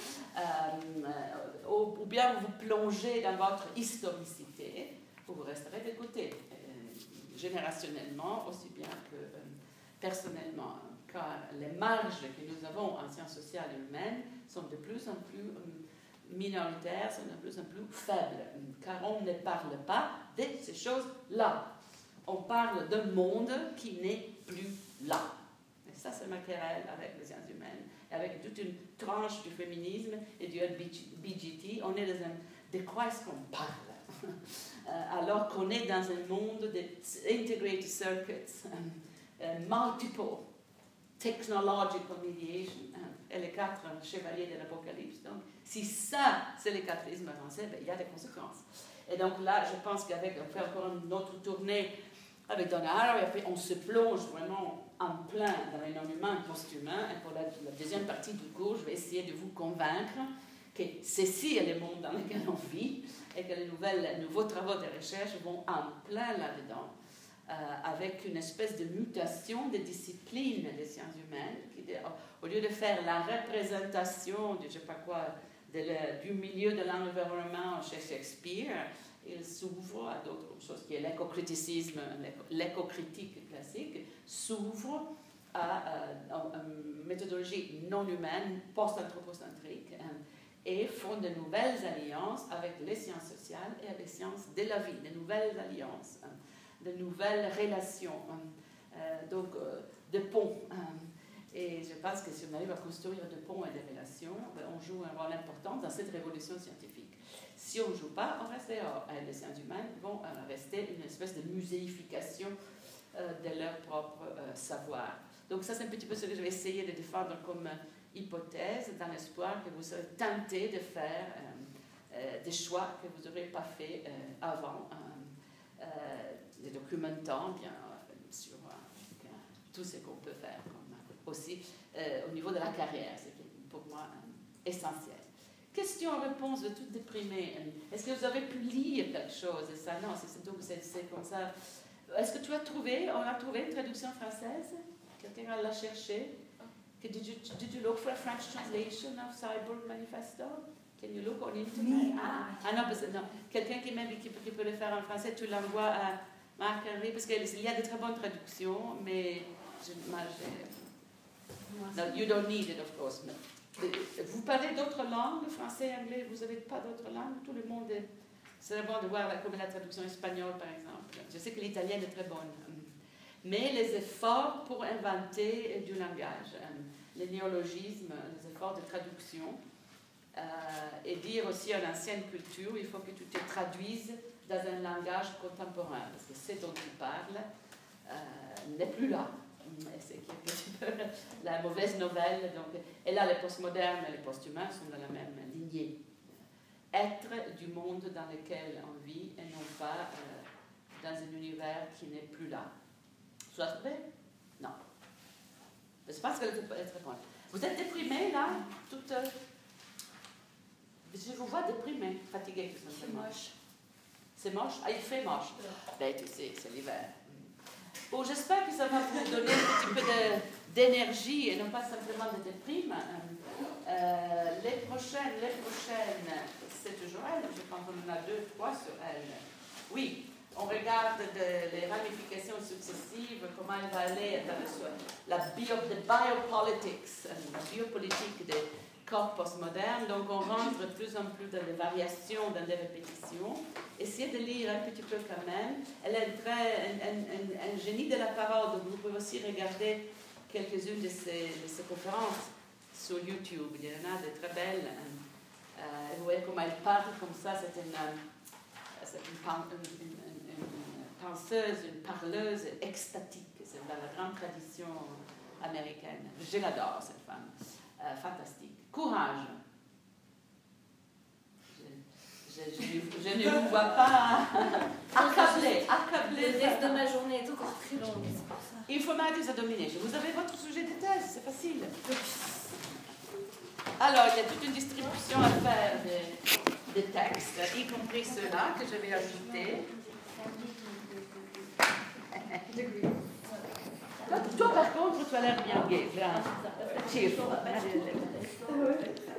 euh, ou, ou bien vous plongez dans votre historicité, ou vous resterez de côté, euh, générationnellement, aussi bien que euh, personnellement, car les marges que nous avons en sciences sociales et humaines sont de plus en plus euh, minoritaires, sont de plus en plus faibles, car on ne parle pas de ces choses-là. On parle d'un monde qui n'est plus là. Et ça, c'est ma querelle avec les sciences humaines, avec toute une tranche du féminisme et du B G T. On est dans un... De quoi est-ce qu'on parle? Alors qu'on est dans un monde d'integrated circuits, uh, multiple technological mediation, uh, et les quatre chevaliers de l'Apocalypse. Donc, si ça, c'est le capitalisme avancé, ben, il y a des conséquences. Et donc là, je pense qu'avec, on fait encore une autre tournée avec Donna Haraway, et puis on se plonge vraiment en plein dans les non-humains post-humains. Et pour la, la deuxième partie du cours, je vais essayer de vous convaincre que ceci est le monde dans lequel on vit et que les, nouvelles, les nouveaux travaux de recherche vont en plein là-dedans, euh, avec une espèce de mutation des disciplines des sciences humaines, qui, au lieu de faire la représentation de je sais pas quoi, de le, du milieu de l'environnement chez Shakespeare, il s'ouvre à d'autres choses, qui est l'éco-criticisme, l'éco-critique classique, s'ouvre à, à, à une méthodologie non humaine, post-anthropocentrique, et font de nouvelles alliances avec les sciences sociales et les sciences de la vie, de nouvelles alliances, de nouvelles relations, donc de ponts. Et je pense que si on arrive à construire des ponts et des relations, on joue un rôle important dans cette révolution scientifique. Si on ne joue pas, on reste dehors. Et les sciences humaines vont rester une espèce de muséification de leur propre savoir. Donc ça, c'est un petit peu ce que je vais essayer de défendre comme hypothèse, dans l'espoir que vous serez tentés de faire euh, euh, des choix que vous n'aurez pas fait euh, avant, euh, euh, les documentant bien sur euh, tout ce qu'on peut faire, comme, aussi euh, au niveau de la carrière, c'est pour moi euh, essentiel. Question-réponse de toute déprimée. Est-ce que vous avez pu lire quelque chose? Et ça, non, c'est comme ça. Est-ce que tu as trouvé, on a trouvé une traduction française? Quelqu'un l'a cherché? Did you, did you look for a French translation of Cyborg Manifesto? Can you look on internet? Ah, ah non, parce, non. Quelqu'un qui, qui, qui peut le faire en français, tu l'envoies à Marc-Henri, parce qu'il y a de très bonnes traductions, mais je, moi, je, no, you don't need it, of course. No. Vous parlez d'autres langues, français, anglais, vous n'avez pas d'autres langues? Tout le monde est... C'est bon de voir la, comme la traduction espagnole, par exemple. Je sais que l'italienne est très bonne. Mais les efforts pour inventer du langage, les néologismes, les efforts de traduction, euh, et dire aussi à l'ancienne culture, il faut que tu te traduises dans un langage contemporain, parce que ce dont tu parles euh, n'est plus là. C'est quelque peu la mauvaise nouvelle. Donc, et là, les postmodernes et les posthumains sont dans la même lignée. Être du monde dans lequel on vit et non pas euh, dans un univers qui n'est plus là. Soit vrai? Non. Je pense qu'elle peut être répondre. Vous êtes déprimé là? Toute, euh... Je vous vois déprimé, fatigué tout simplement. C'est moche. C'est moche? Ah, il fait moche. Ben, tu sais, c'est l'hiver. Bon, j'espère que ça va vous donner un petit peu d'énergie et non pas simplement de déprime. Euh, les prochaines, les prochaines, c'est toujours elle. Je pense qu'on en a deux, trois sur elle. Oui, on regarde de, les ramifications successives, comment elle va aller dans le, la bio, the biopolitics, la biopolitique des corps postmodernes. Donc, on rentre de plus en plus dans les variations, dans des répétitions. Essayez de lire un petit peu quand même. Elle est très, un, un, un, un génie de la parole, donc vous pouvez aussi regarder quelques-unes de ces, de ces conférences sur YouTube. Il y en a de très belles. Euh, vous voyez comment elle parle comme ça, c'est une, c'est une, une, une, une penseuse, une parleuse extatique. C'est dans la grande tradition américaine. Je l'adore, cette femme. Euh, fantastique. Courage. Je, je, je, je ne vous vois pas accablé, accablé. Le reste de ma journée est encore très longue, c'est pour ça. Informatics à dominer. Vous avez votre sujet de thèse, c'est facile. Alors, il y a toute une distribution à faire des, des textes, y compris ceux-là que je vais ajouter. Toi, toi, par contre, tu as l'air bien gay, bien cheerful.